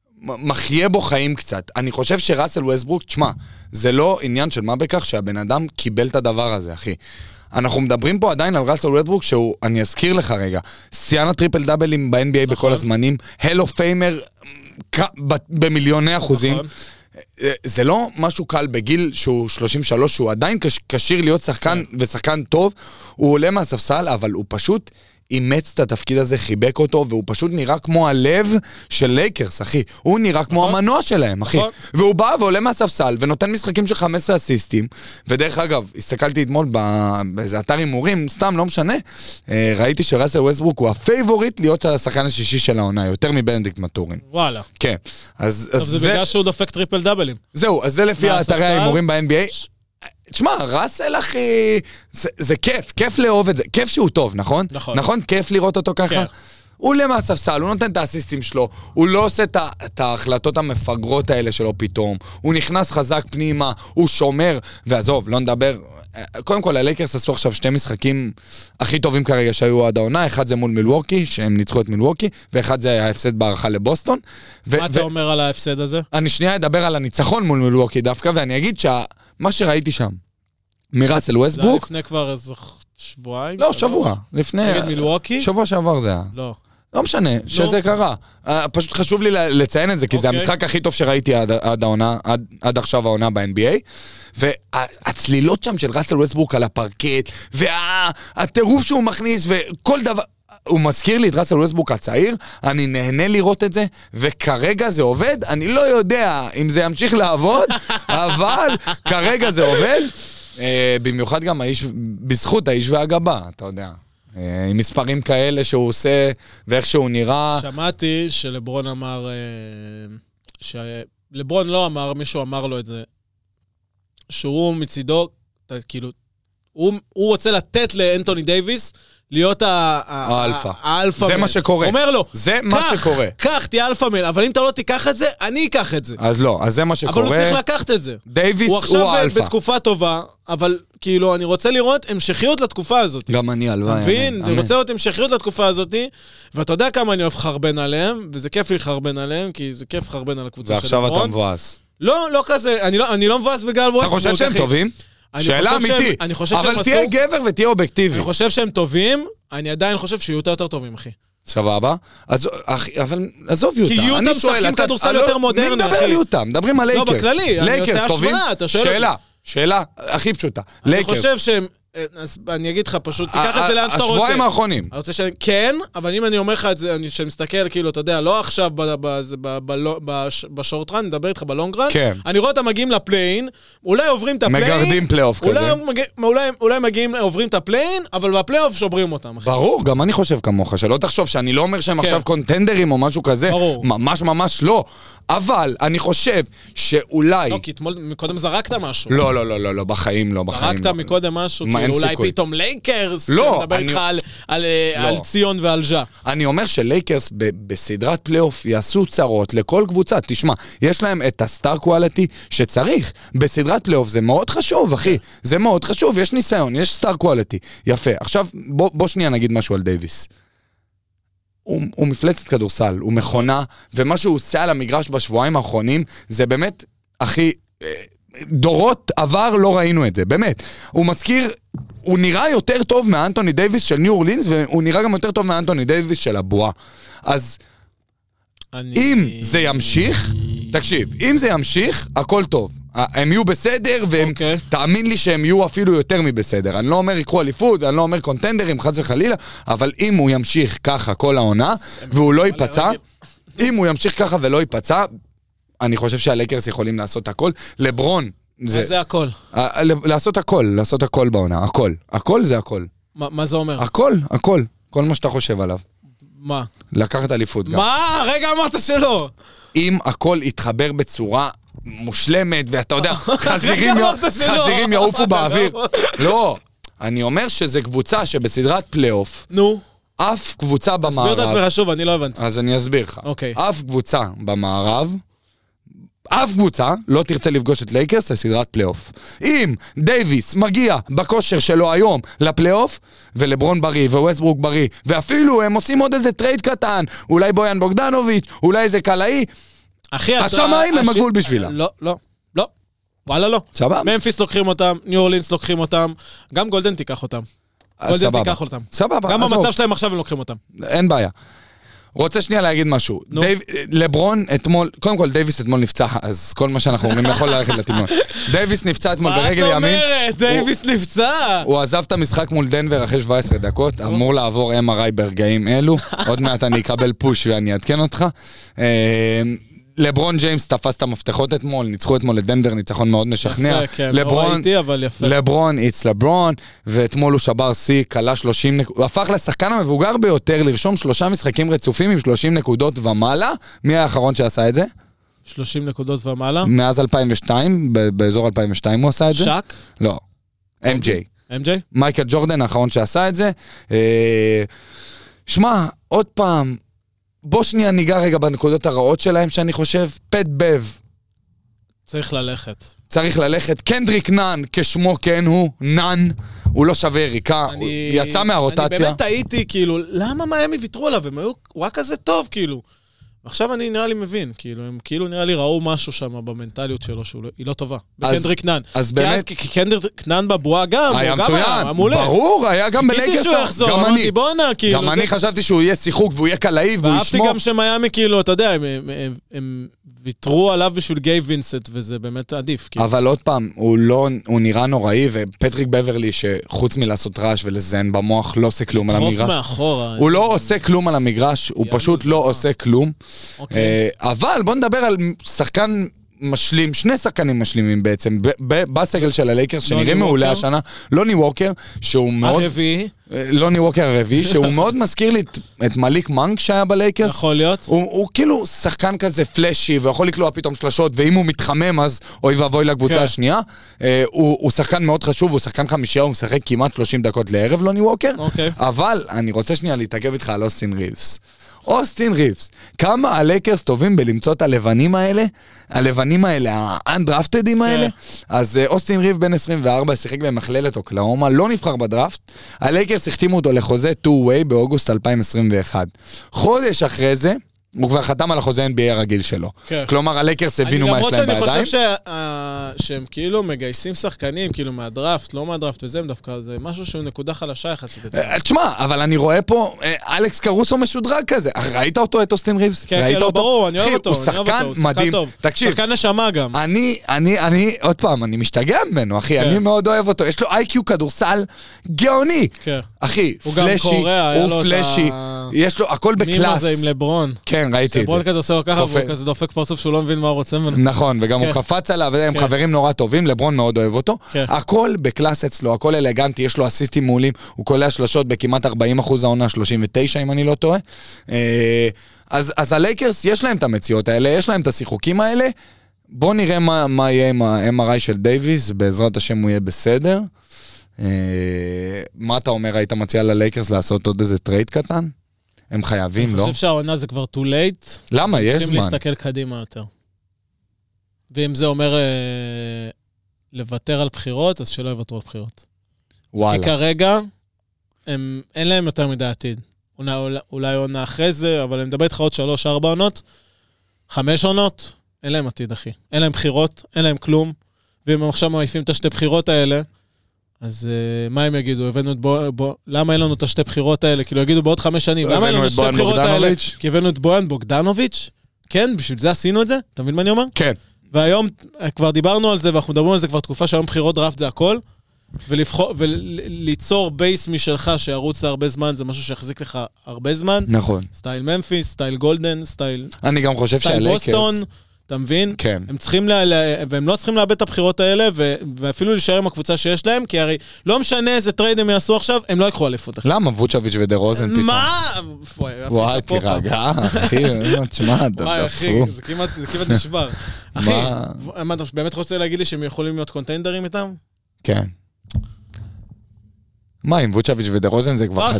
מחיה בו חיים קצת. אני חושב שראסל ווסטברוק, תשמע, זה לא עניין של מה בכך שהבן אדם קיבל את הדבר הזה, אחי. אנחנו מדברים פה עדיין על ראסל ווסטברוק, שהוא, אני אזכיר לך רגע, שיאן הטריפל דאבלים ב-NBA בכל הזמנים, הלו פיימר במיליוני אחוזים. זה לא משהו קל בגיל שהוא 33, שהוא עדיין קשיר להיות שחקן ושחקן טוב, הוא עולה מהספסל, אבל הוא פשוט אימץ את התפקיד הזה, חיבק אותו, והוא פשוט נראה כמו הלב של לייקרס, אחי. הוא נראה כמו המנוע שלהם, אחי. והוא בא ועולה מהספסל, ונותן משחקים של 15 אסיסטים, ודרך אגב, הסתכלתי אתמול באיזה אתר הימורים, סתם, לא משנה, ראיתי שראסל ווסטברוק הוא הפייבוריט להיות השחקן השישי של העונה, יותר מבנדיקט מטורין. וואלה. כן. אז זה בגלל שהוא דופק טריפל דאבלים. זהו, אז זה לפי אתרי ההימורים ב-NBA. תשמע, ראסל אחי, זה כיף, כיף לאהוב את זה, כיף שהוא טוב, נכון? נכון, כיף לראות אותו ככה? הוא עולה מהספסל, הוא נותן את האסיסטים שלו, הוא לא עושה את ההחלטות המפגרות האלה שלו פתאום, הוא נכנס חזק פנימה, הוא שומר, ועזוב, לא נדבר, קודם כל, הלייקרס עשו עכשיו שתי משחקים הכי טובים כרגע שהיו עד העונה, אחד זה מול מילווקי, שהם ניצחו את מילווקי, ואחד זה ההפסד בערכה לבוסטון. מה אתה אומר על ההפסד הזה? אני שנייה אדבר על הניצחון מול מילווקי דווקא, ואני אגיד שמה שראיתי שם, מראסל ווסטברוק... זה לפני כבר איזה שבועיים? לא, שבוע. לפני... נגד מילווקי? שבוע שעבר זה היה. לא. לא משנה, שזה קרה. פשוט חשוב לי לציין את זה, כי זה המשחק הכי טוב שראיתי עד עכשיו העונה ב-NBA, והצלילות שם של ראסל ווסטברוק על הפרקט, והטירוף שהוא מכניס, וכל דבר... הוא מזכיר לי את ראסל ווסטברוק הצעיר, אני נהנה לראות את זה, וכרגע זה עובד, אני לא יודע אם זה ימשיך לעבוד, אבל כרגע זה עובד, במיוחד גם בזכות האיש והגבה, אתה יודע. עם מספרים כאלה שהוא עושה, ואיך שהוא נראה. שמעתי שלברון אמר, לברון לא אמר, מישהו אמר לו את זה, שהוא מצידו, כאילו, הוא רוצה לתת לאנטוני דייביס, להיות האלפא. זה מה שקורה. אומר לו, זה מה שקורה. קח, תהיה אלפא מייל, אבל אם אתה לא תיקח את זה, אני אקח את זה. אז לא, אז זה מה שקורה. אבל הוא צריך לקחת את זה. דייביס הוא האלפא. הוא עכשיו בתקופה טובה, אבל כאילו אני רוצה לראות המשכיות לתקופה הזאת. גם אני הלוואי. מבין? אני רוצה לראות המשכיות לתקופה הזאת, ואתה יודע כמה אני אוהב חרבן עליהם, וזה כיף לי חרבן עליהם, כי זה כיף חרבן על הקבוצה של לברון. ועכשיו אתה מבואס. לא כזה, אני לא מבואס בגלל ווסטברוק. אתה חושב שהם טובים? שאלה אמיתית, אבל תהיה גבר ותהיה אובייקטיבי. אני חושב שהם טובים, אני עדיין חושב שיהיו יותר טובים, אחי. סבבה, אבל עזוב יוטה. כי יוטה משחקים כדורסל יותר מודרני, אחי. מי מדבר על יוטה? מדברים על לייקרס. לא, בכללי, אני עושה השוואה, אתה שואל אותי. שאלה הכי פשוטה. אני חושב שהם אז אני אגיד לך פשוט, תיקח את זה לאן שאתה רוצה. השבועיים האחרונים. אני רוצה כן, אבל אם אני אומר לך את זה, שאני מסתכל, כאילו, אתה יודע, לא עכשיו בשורט רן, נדבר איתך בלונג רן, אני רואה אותם מגיעים לפליין, אולי עוברים את הפליין, מגרדים פלייאוף כזה. אולי מגיעים, עוברים את הפליין, אבל בפלייאוף שוברים אותם. ברור, גם אני חושב כמוך, שלא תחשוב שאני לא אומר שהם עכשיו קונטנדרים או משהו כזה, ממש ממש לא, אבל אני חושב שאולי... לא, כי מקודם זרקת משהו. לא, בחיים לא. זרקת מקודם משהו, כאילו אולי פתאום לייקרס, מדבר איתך על ציון ועל ז'ה. אני אומר שלייקרס בסדרת פלייאוף יעשו צרות לכל קבוצה, תשמע, יש להם את הסטאר קואליטי שצריך, בסדרת פלייאוף זה מאוד חשוב, אחי, זה מאוד חשוב, יש ניסיון, יש סטאר קואליטי, יפה. עכשיו, בוא שנייה נגיד משהו על דייביס. הוא מפלצת כדורסל, הוא מכונה, ומה שהוא עושה על המגרש בשבועיים האחרונים, זה באמת, אחי, דורות עבר לא ראינו את זה, באמת. הוא מזכיר, הוא נראה יותר טוב מאנטוני דייביס של ניו אורלינס, והוא נראה גם יותר טוב מאנטוני דייביס של הבועה. אז אם זה ימשיך, תקשיב, אם זה ימשיך, הכל טוב. הם יהיו בסדר, והם, תאמין לי שהם יהיו אפילו יותר מבסדר. אני לא אומר יקחו אליפות, אני לא אומר קונטנדרים, חס וחלילה, אבל אם הוא ימשיך ככה כל העונה, והוא לא ייפצע, אם הוא ימשיך ככה ולא ייפצע, אני חושב שהלייקרס יכולים לעשות הכל. לברון, זה הכל. לעשות הכל בעונה, הכל זה הכל. מה זה אומר? הכל, כל מה שאתה חושב עליו. מה? לקחת אליפות גם. מה? רגע אמרת שלא. אם הכל יתחבר בצורה מושלמת, ואתה יודע, חזירים יעופו באוויר. לא, אני אומר שזה קבוצה שבסדרת פלייאוף, אף קבוצה במערב... תסביר את עצמך שוב, אני לא הבנתי. אז אני אסביר לך. אף קבוצה במערב, אף קבוצה לא תרצה לפגוש את לייקרס לסדרת פלייאוף. אם דייביס מגיע בכושר שלו היום לפלייאוף, ולברון בריא וווסטברוק בריא, ואפילו הם עושים עוד איזה טרייד קטן, אולי בויאן בוגדנוביץ', אולי איזה קלעי, השמיים הם הגבול בשבילה. לא. וואלה לא. סבבה. ממפיס לוקחים אותם, ניו אורלינס לוקחים אותם, גם גולדן תיקח אותם. סבבה. גם המצב שלהם עכשיו הם לוקחים אותם. אין בעיה. רוצה שנייה להגיד משהו. לברון אתמול, קודם כל דייביס אתמול נפצע, אז כל מה שאנחנו אומרים יכול ללכת לטימון. דייביס נפצע אתמול ברגל ימין. מה את אומרת? דייביס נפצע. הוא עזב את המשחק מול דנבר אחרי 17 דקות, אמור לעבור MRI ברגעים אלו, עוד מעט אני אקבל פוש ואני אעדכן אותך. לברון ג'יימס תפס את המפתחות אתמול, ניצחו אתמול לדנבר, ניצחון מאוד משכנע. יפה, כן, לא ראיתי, אבל יפה. לברון, it's לברון, ואתמול הוא שבר סי, קלה 30 נקודות, הוא הפך לשחקן המבוגר ביותר לרשום 3 משחקים רצופים עם 30 נקודות ומעלה. מי האחרון שעשה את זה? 30 נקודות ומעלה? מאז 2002, באזור 2002 הוא עשה את זה. שק? לא, MJ. מייקל ג'ורדן האחרון שעשה את זה. שמע, עוד פעם, בוא שנייה ניגע רגע בנקודות הרעות שלהם, שאני חושב, פט בב. צריך ללכת. קנדריק נאן, כשמו כן הוא, נאן, הוא לא שווה יריקה, הוא יצא מהרוטציה. אני באמת הייתי, כאילו, למה מיימי ויתרו עליו? הוא היה כזה טוב, כאילו. עכשיו אני נראה לי מבין, כאילו, הם כאילו נראה לי ראו משהו שם במנטליות שלו, שהיא לא טובה. בקנדריק נאן. אז באמת... כי קנדריק נאן בבועה גם, היה מצוין. ברור, היה גם בלייקרס. גם אני חשבתי שהוא יהיה שיחוק והוא יהיה קלעי והוא ישמור. ואהבתי גם שמיימי, כאילו, אתה יודע, הם ויתרו עליו בשביל גיי וינסט, וזה באמת עדיף. אבל עוד פעם, הוא נראה נוראי, ופטריק בברלי, שחוץ מלעשות רעש ולזן במוח, לא עושה כלום על המגרש. הוא לא עושה כלום על המגרש, הוא פשוט לא עושה כלום. אבל בוא נדבר על שחקן משלים, שני שחקנים משלימים בעצם, בסגל של הלייקרס, שנראים מעולה השנה, לוני ווקר, שהוא מאוד... לוני ווקר הרביעי, שהוא מאוד מזכיר לי את מליק מנק שהיה בלייקרס. יכול להיות. הוא כאילו שחקן כזה פלשי, ויכול לקלוע פתאום שלשות, ואם הוא מתחמם, אז אוי ואבוי לקבוצה השנייה. הוא שחקן מאוד חשוב, הוא שחקן חמישייה, הוא משחק כמעט 30 דקות לערב, לוני ווקר. אבל אני רוצה שנייה להתעכב איתך על אוסטין ריבס. אוסטין ריבס, כמה הלייקרס טובים בלמצוא את הלבנים האלה, האנדרפטדים האלה. אז אוסטין ריב בן 24, שיחק במכללת אוקלהומה, לא נבחר בדראפט. הלייקרס החתימו אותו לחוזה 2-way באוגוסט 2021. חודש אחרי זה, הוא כבר חתם על החוזה NBA הרגיל שלו. כלומר, הלייקרס הבינו מה יש להם בידיים. למרות שאני חושב שהם כאילו מגייסים שחקנים, כאילו מהדראפט, לא מהדראפט וזה, דווקא זה משהו שהוא נקודה חלשה יחסית. תשמע, אבל אני רואה פה, אלכס קרוסו משודרג כזה. ראית אותו, את אוסטין ריבס? כן, לא, ברור, אני אוהב אותו. הוא שחקן מדהים. תקשיב. שחקן נשמה גם. אני, עוד פעם, אני משתגע ממנו, אחי. אני מאוד אוהב אותו. יש לו איי-קיו כדורסל גאוני. אחי, פלשי, הוא פלשי. יש לו הכל בקלאס. מים הזה עם לברון. כן, ראיתי את זה. לברון כזה עושה לו ככה, והוא כזה דופק פרצוף שהוא לא מבין מה הוא רוצה ממנו. נכון, וגם הוא קפץ עליו, הם חברים נורא טובים, לברון מאוד אוהב אותו. הכל בקלאס אצלו, הכל אלגנטי, יש לו אסיסטים מעולים, הוא קולע שלשות בכמעט 40% העונה, 39 אם אני לא טועה. אז הלייקרס, יש להם את המציאות האלה, יש להם את השיחוקים האלה. בואו נראה מה יהיה עם ה-MRI של דייביס, בעזרת השם הוא יהיה בסדר. מה אתה אומר, היית מציע ללייקרס לעשות עוד איזה טרייד קטן? הם חייבים, לא? אני חושב שהעונה זה כבר too late. למה? יש זמן. צריכים להסתכל קדימה יותר. ואם זה אומר לוותר על בחירות, אז שלא יוותרו על בחירות. וואלה. כי כרגע, אין להם יותר מדי עתיד. אולי עונה אחרי זה, אבל אני מדבר איתך עוד 3-4 עונות, 5 עונות, אין להם עתיד, אחי. אין להם בחירות, אין להם כלום, ואם הם עכשיו מעיפים את השתי בחירות האלה, אז מה הם יגידו? הבאנו את למה אין לנו את השתי בחירות האלה? כאילו יגידו בעוד 5 שנים, למה אין לנו את השתי בחירות האלה? כי הבאנו את בויאן בוגדנוביץ', כן, בשביל זה עשינו את זה? אתה מבין מה אני אומר? כן. והיום כבר דיברנו על זה, ואנחנו מדברים על זה כבר תקופה שהיום בחירות דראפט זה הכל, וליצור בייס משלך שירוץ הרבה זמן, זה משהו שיחזיק לך הרבה זמן. נכון. סטייל ממפיס, סטייל גולדן, סטייל בוסטון, אתה מבין? כן. הם צריכים, והם לא צריכים לאבד את הבחירות האלה, ואפילו להישאר עם הקבוצה שיש להם, כי הרי לא משנה איזה טרייד הם יעשו עכשיו, הם לא יקחו אליפות. למה? ווצ'ביץ' ודרוזן פתאום. מה? וואי, תירגע, אחי, תשמע, וואי, אחי, זה כמעט נשבר. אחי, מה, אתה באמת רוצה להגיד לי שהם יכולים להיות קונטיינדרים איתם? כן. מה, עם ווצ'ביץ' ודרוזן זה כבר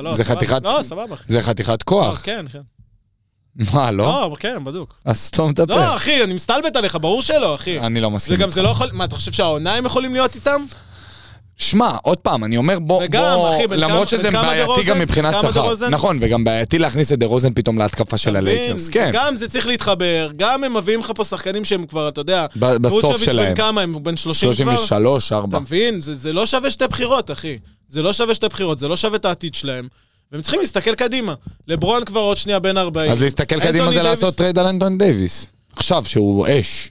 חתיכת כוח. כן, כן. מה, לא? לא, כן, בדוק. אז סתום את הפה. לא, אחי, אני מסתלבט עליך, ברור שלא, אחי. אני לא מסכים. וגם זה לא יכול... מה, אתה חושב שהעונה הם יכולים להיות איתם? שמע, עוד פעם, אני אומר בוא... למרות שזה בעייתי גם מבחינת שכר. נכון, וגם בעייתי להכניס את דרוזן פתאום להתקפה של הלייקרס. כן. גם זה צריך להתחבר, גם הם מביאים לך פה שחקנים שהם כבר, אתה יודע... בסוף שלהם. בן כמה, הם בן 30 כבר. 33, 4. אתה מבין? זה לא שווה שתי בחירות, אחי. זה לא שווה שתי בחירות, זה לא שווה את העתיד שלהם. והם צריכים להסתכל קדימה. לברון כבר עוד שנייה בין 40. אז להסתכל קדימה זה לעשות טרייד על אנטוני דייביס. עכשיו שהוא אש.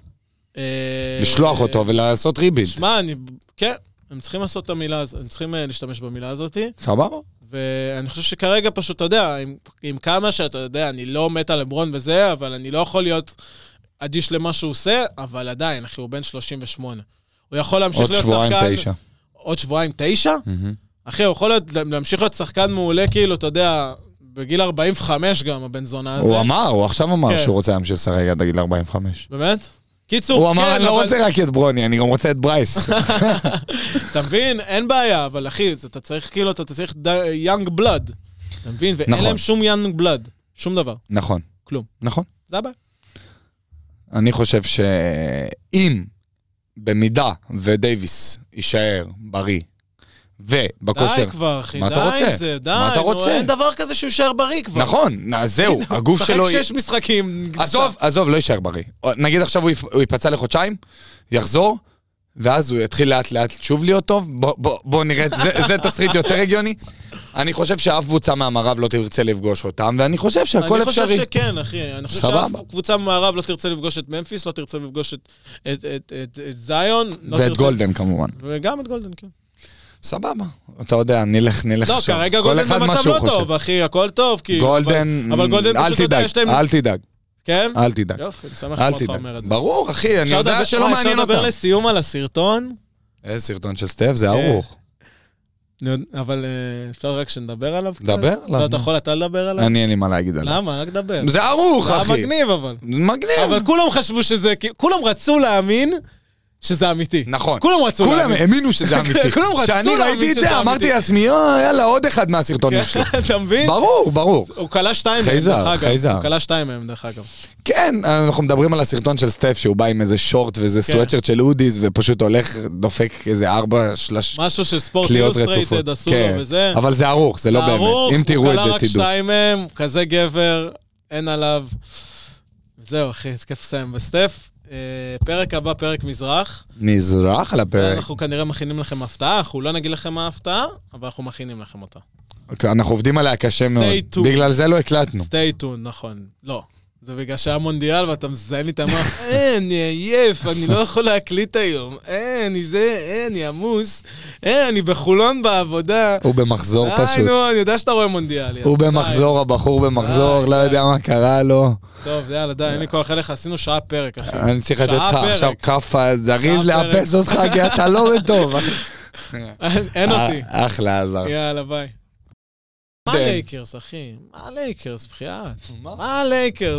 לשלוח אותו ולעשות ריביד. שמע, כן, הם צריכים לעשות את המילה הזאת, הם צריכים להשתמש במילה הזאת. סבבה. ואני חושב שכרגע פשוט, אתה יודע, עם כמה שאתה יודע, אני לא מת על לברון וזה, אבל אני לא יכול להיות אדיש למה שהוא עושה, אבל עדיין, אחי, הוא בן 38. הוא יכול להמשיך להיות שחקן... עוד שבועיים 9? אחי, הוא יכול להמשיך להיות שחקן מעולה, כאילו, אתה יודע, בגיל 45 גם, הבן זונה הזה. הוא עכשיו אמר שהוא רוצה להמשיך לשחק עד הגיל 45. באמת? קיצור, הוא אמר, אני לא רוצה רק את ברוני, אני גם רוצה את ברייס. אתה מבין? אין בעיה, אבל אחי, אתה צריך, כאילו, אתה צריך young blood. אתה מבין? ואין להם שום young blood. שום דבר. נכון. כלום. נכון. זה הבעיה. אני חושב שאם במידה ודייביס יישאר בריא, ובכושר... די כבר, אחי, מה אתה רוצה? זה, די, מה אתה רוצה? אין דבר כזה שהוא יישאר בריא כבר. נכון, זהו, הגוף שלו... שחק 6 משחקים. עזוב, לא יישאר בריא. נגיד עכשיו הוא ייפצע לחודשיים, יחזור, ואז הוא יתחיל לאט לאט שוב להיות טוב, בוא נראה, זה תסריט יותר הגיוני. אני חושב שאף קבוצה מהמערב לא תרצה לפגוש אותם, ואני חושב שהכל אפשרי. אני חושב שכן, אחי. אני חושב שאף קבוצה מהמערב לא תרצה לפגוש את ממפיס, לא תרצה לפגוש את זיון. ואת גולדן כמובן. וגם את גולדן, כן. סבבה. אתה יודע, נלך לא, כרגע גולדן במצב לא טוב, אחי, הכל טוב. גולדן, אל תדאג. כן? אל תדאג. יופי, אני שמח שאתה אומר את זה. ברור, אחי, אני יודע שלא מעניין אותם. אפשר לדבר לסיום על הסרטון? איזה סרטון של סטף, זה ארוך. אבל אפשר רק שנדבר עליו קצת? דבר עליו. אתה יכול אתה לדבר עליו? אין לי מה להגיד עליו. למה? רק דבר. זה ארוך, אחי. זה מגניב, אבל. מגניב. אבל כולם חשבו שזה, כולם רצו להאמין שזה אמיתי. נכון. כולם רצו להאמין. כולם האמינו שזה אמיתי. כולם רצו שאני ראיתי את זה, אמרתי לעצמי, יאללה, עוד אחד מהסרטונים שלו. אתה מבין? ברור. הוא קלה 2 מהם, דרך אגב. הוא קלה 2 מהם, דרך אגב. כן, אנחנו מדברים על הסרטון של סטף, שהוא בא עם איזה שורט ואיזה סוואטשרט של אודיס, ופשוט הולך, דופק איזה 4 משהו של ספורט אילוסטרייטד, עשו לו וזה. אבל זה ארוך, זה לא באמת. אם תראו את זה, תדעו. הוא קלה רק 2 מהם, כזה גבר, אין עליו. זהו, אחי, זה כיף לסיים בסטף. פרק הבא, פרק מזרח. מזרח על הפרק. אנחנו כנראה מכינים לכם הפתעה, אנחנו לא נגיד לכם מה ההפתעה, אבל אנחנו מכינים לכם אותה. אנחנו עובדים עליה קשה מאוד. בגלל זה לא הקלטנו. stay tuned, נכון. לא. זה בגלל שהיה מונדיאל ואתה מזיין לי את המוח, אני עייף, אני לא יכול להקליט היום, אני עמוס, אני בחולון בעבודה. הוא במחזור פשוט. נו, אני יודע שאתה רואה מונדיאל. הוא במחזור, הבחור במחזור, לא יודע מה קרה לו. טוב, יאללה, די, אין לי כוח אליך, עשינו שעה פרק, אחי. אני צריך לתת לך עכשיו כפה, זריז לאפס אותך, כי אתה לא בטוב. אין אותי. אחלה, עזר. יאללה, ביי. מה לייקרס, אחי? מה לייקרס, בחייאת? מה לייקרס?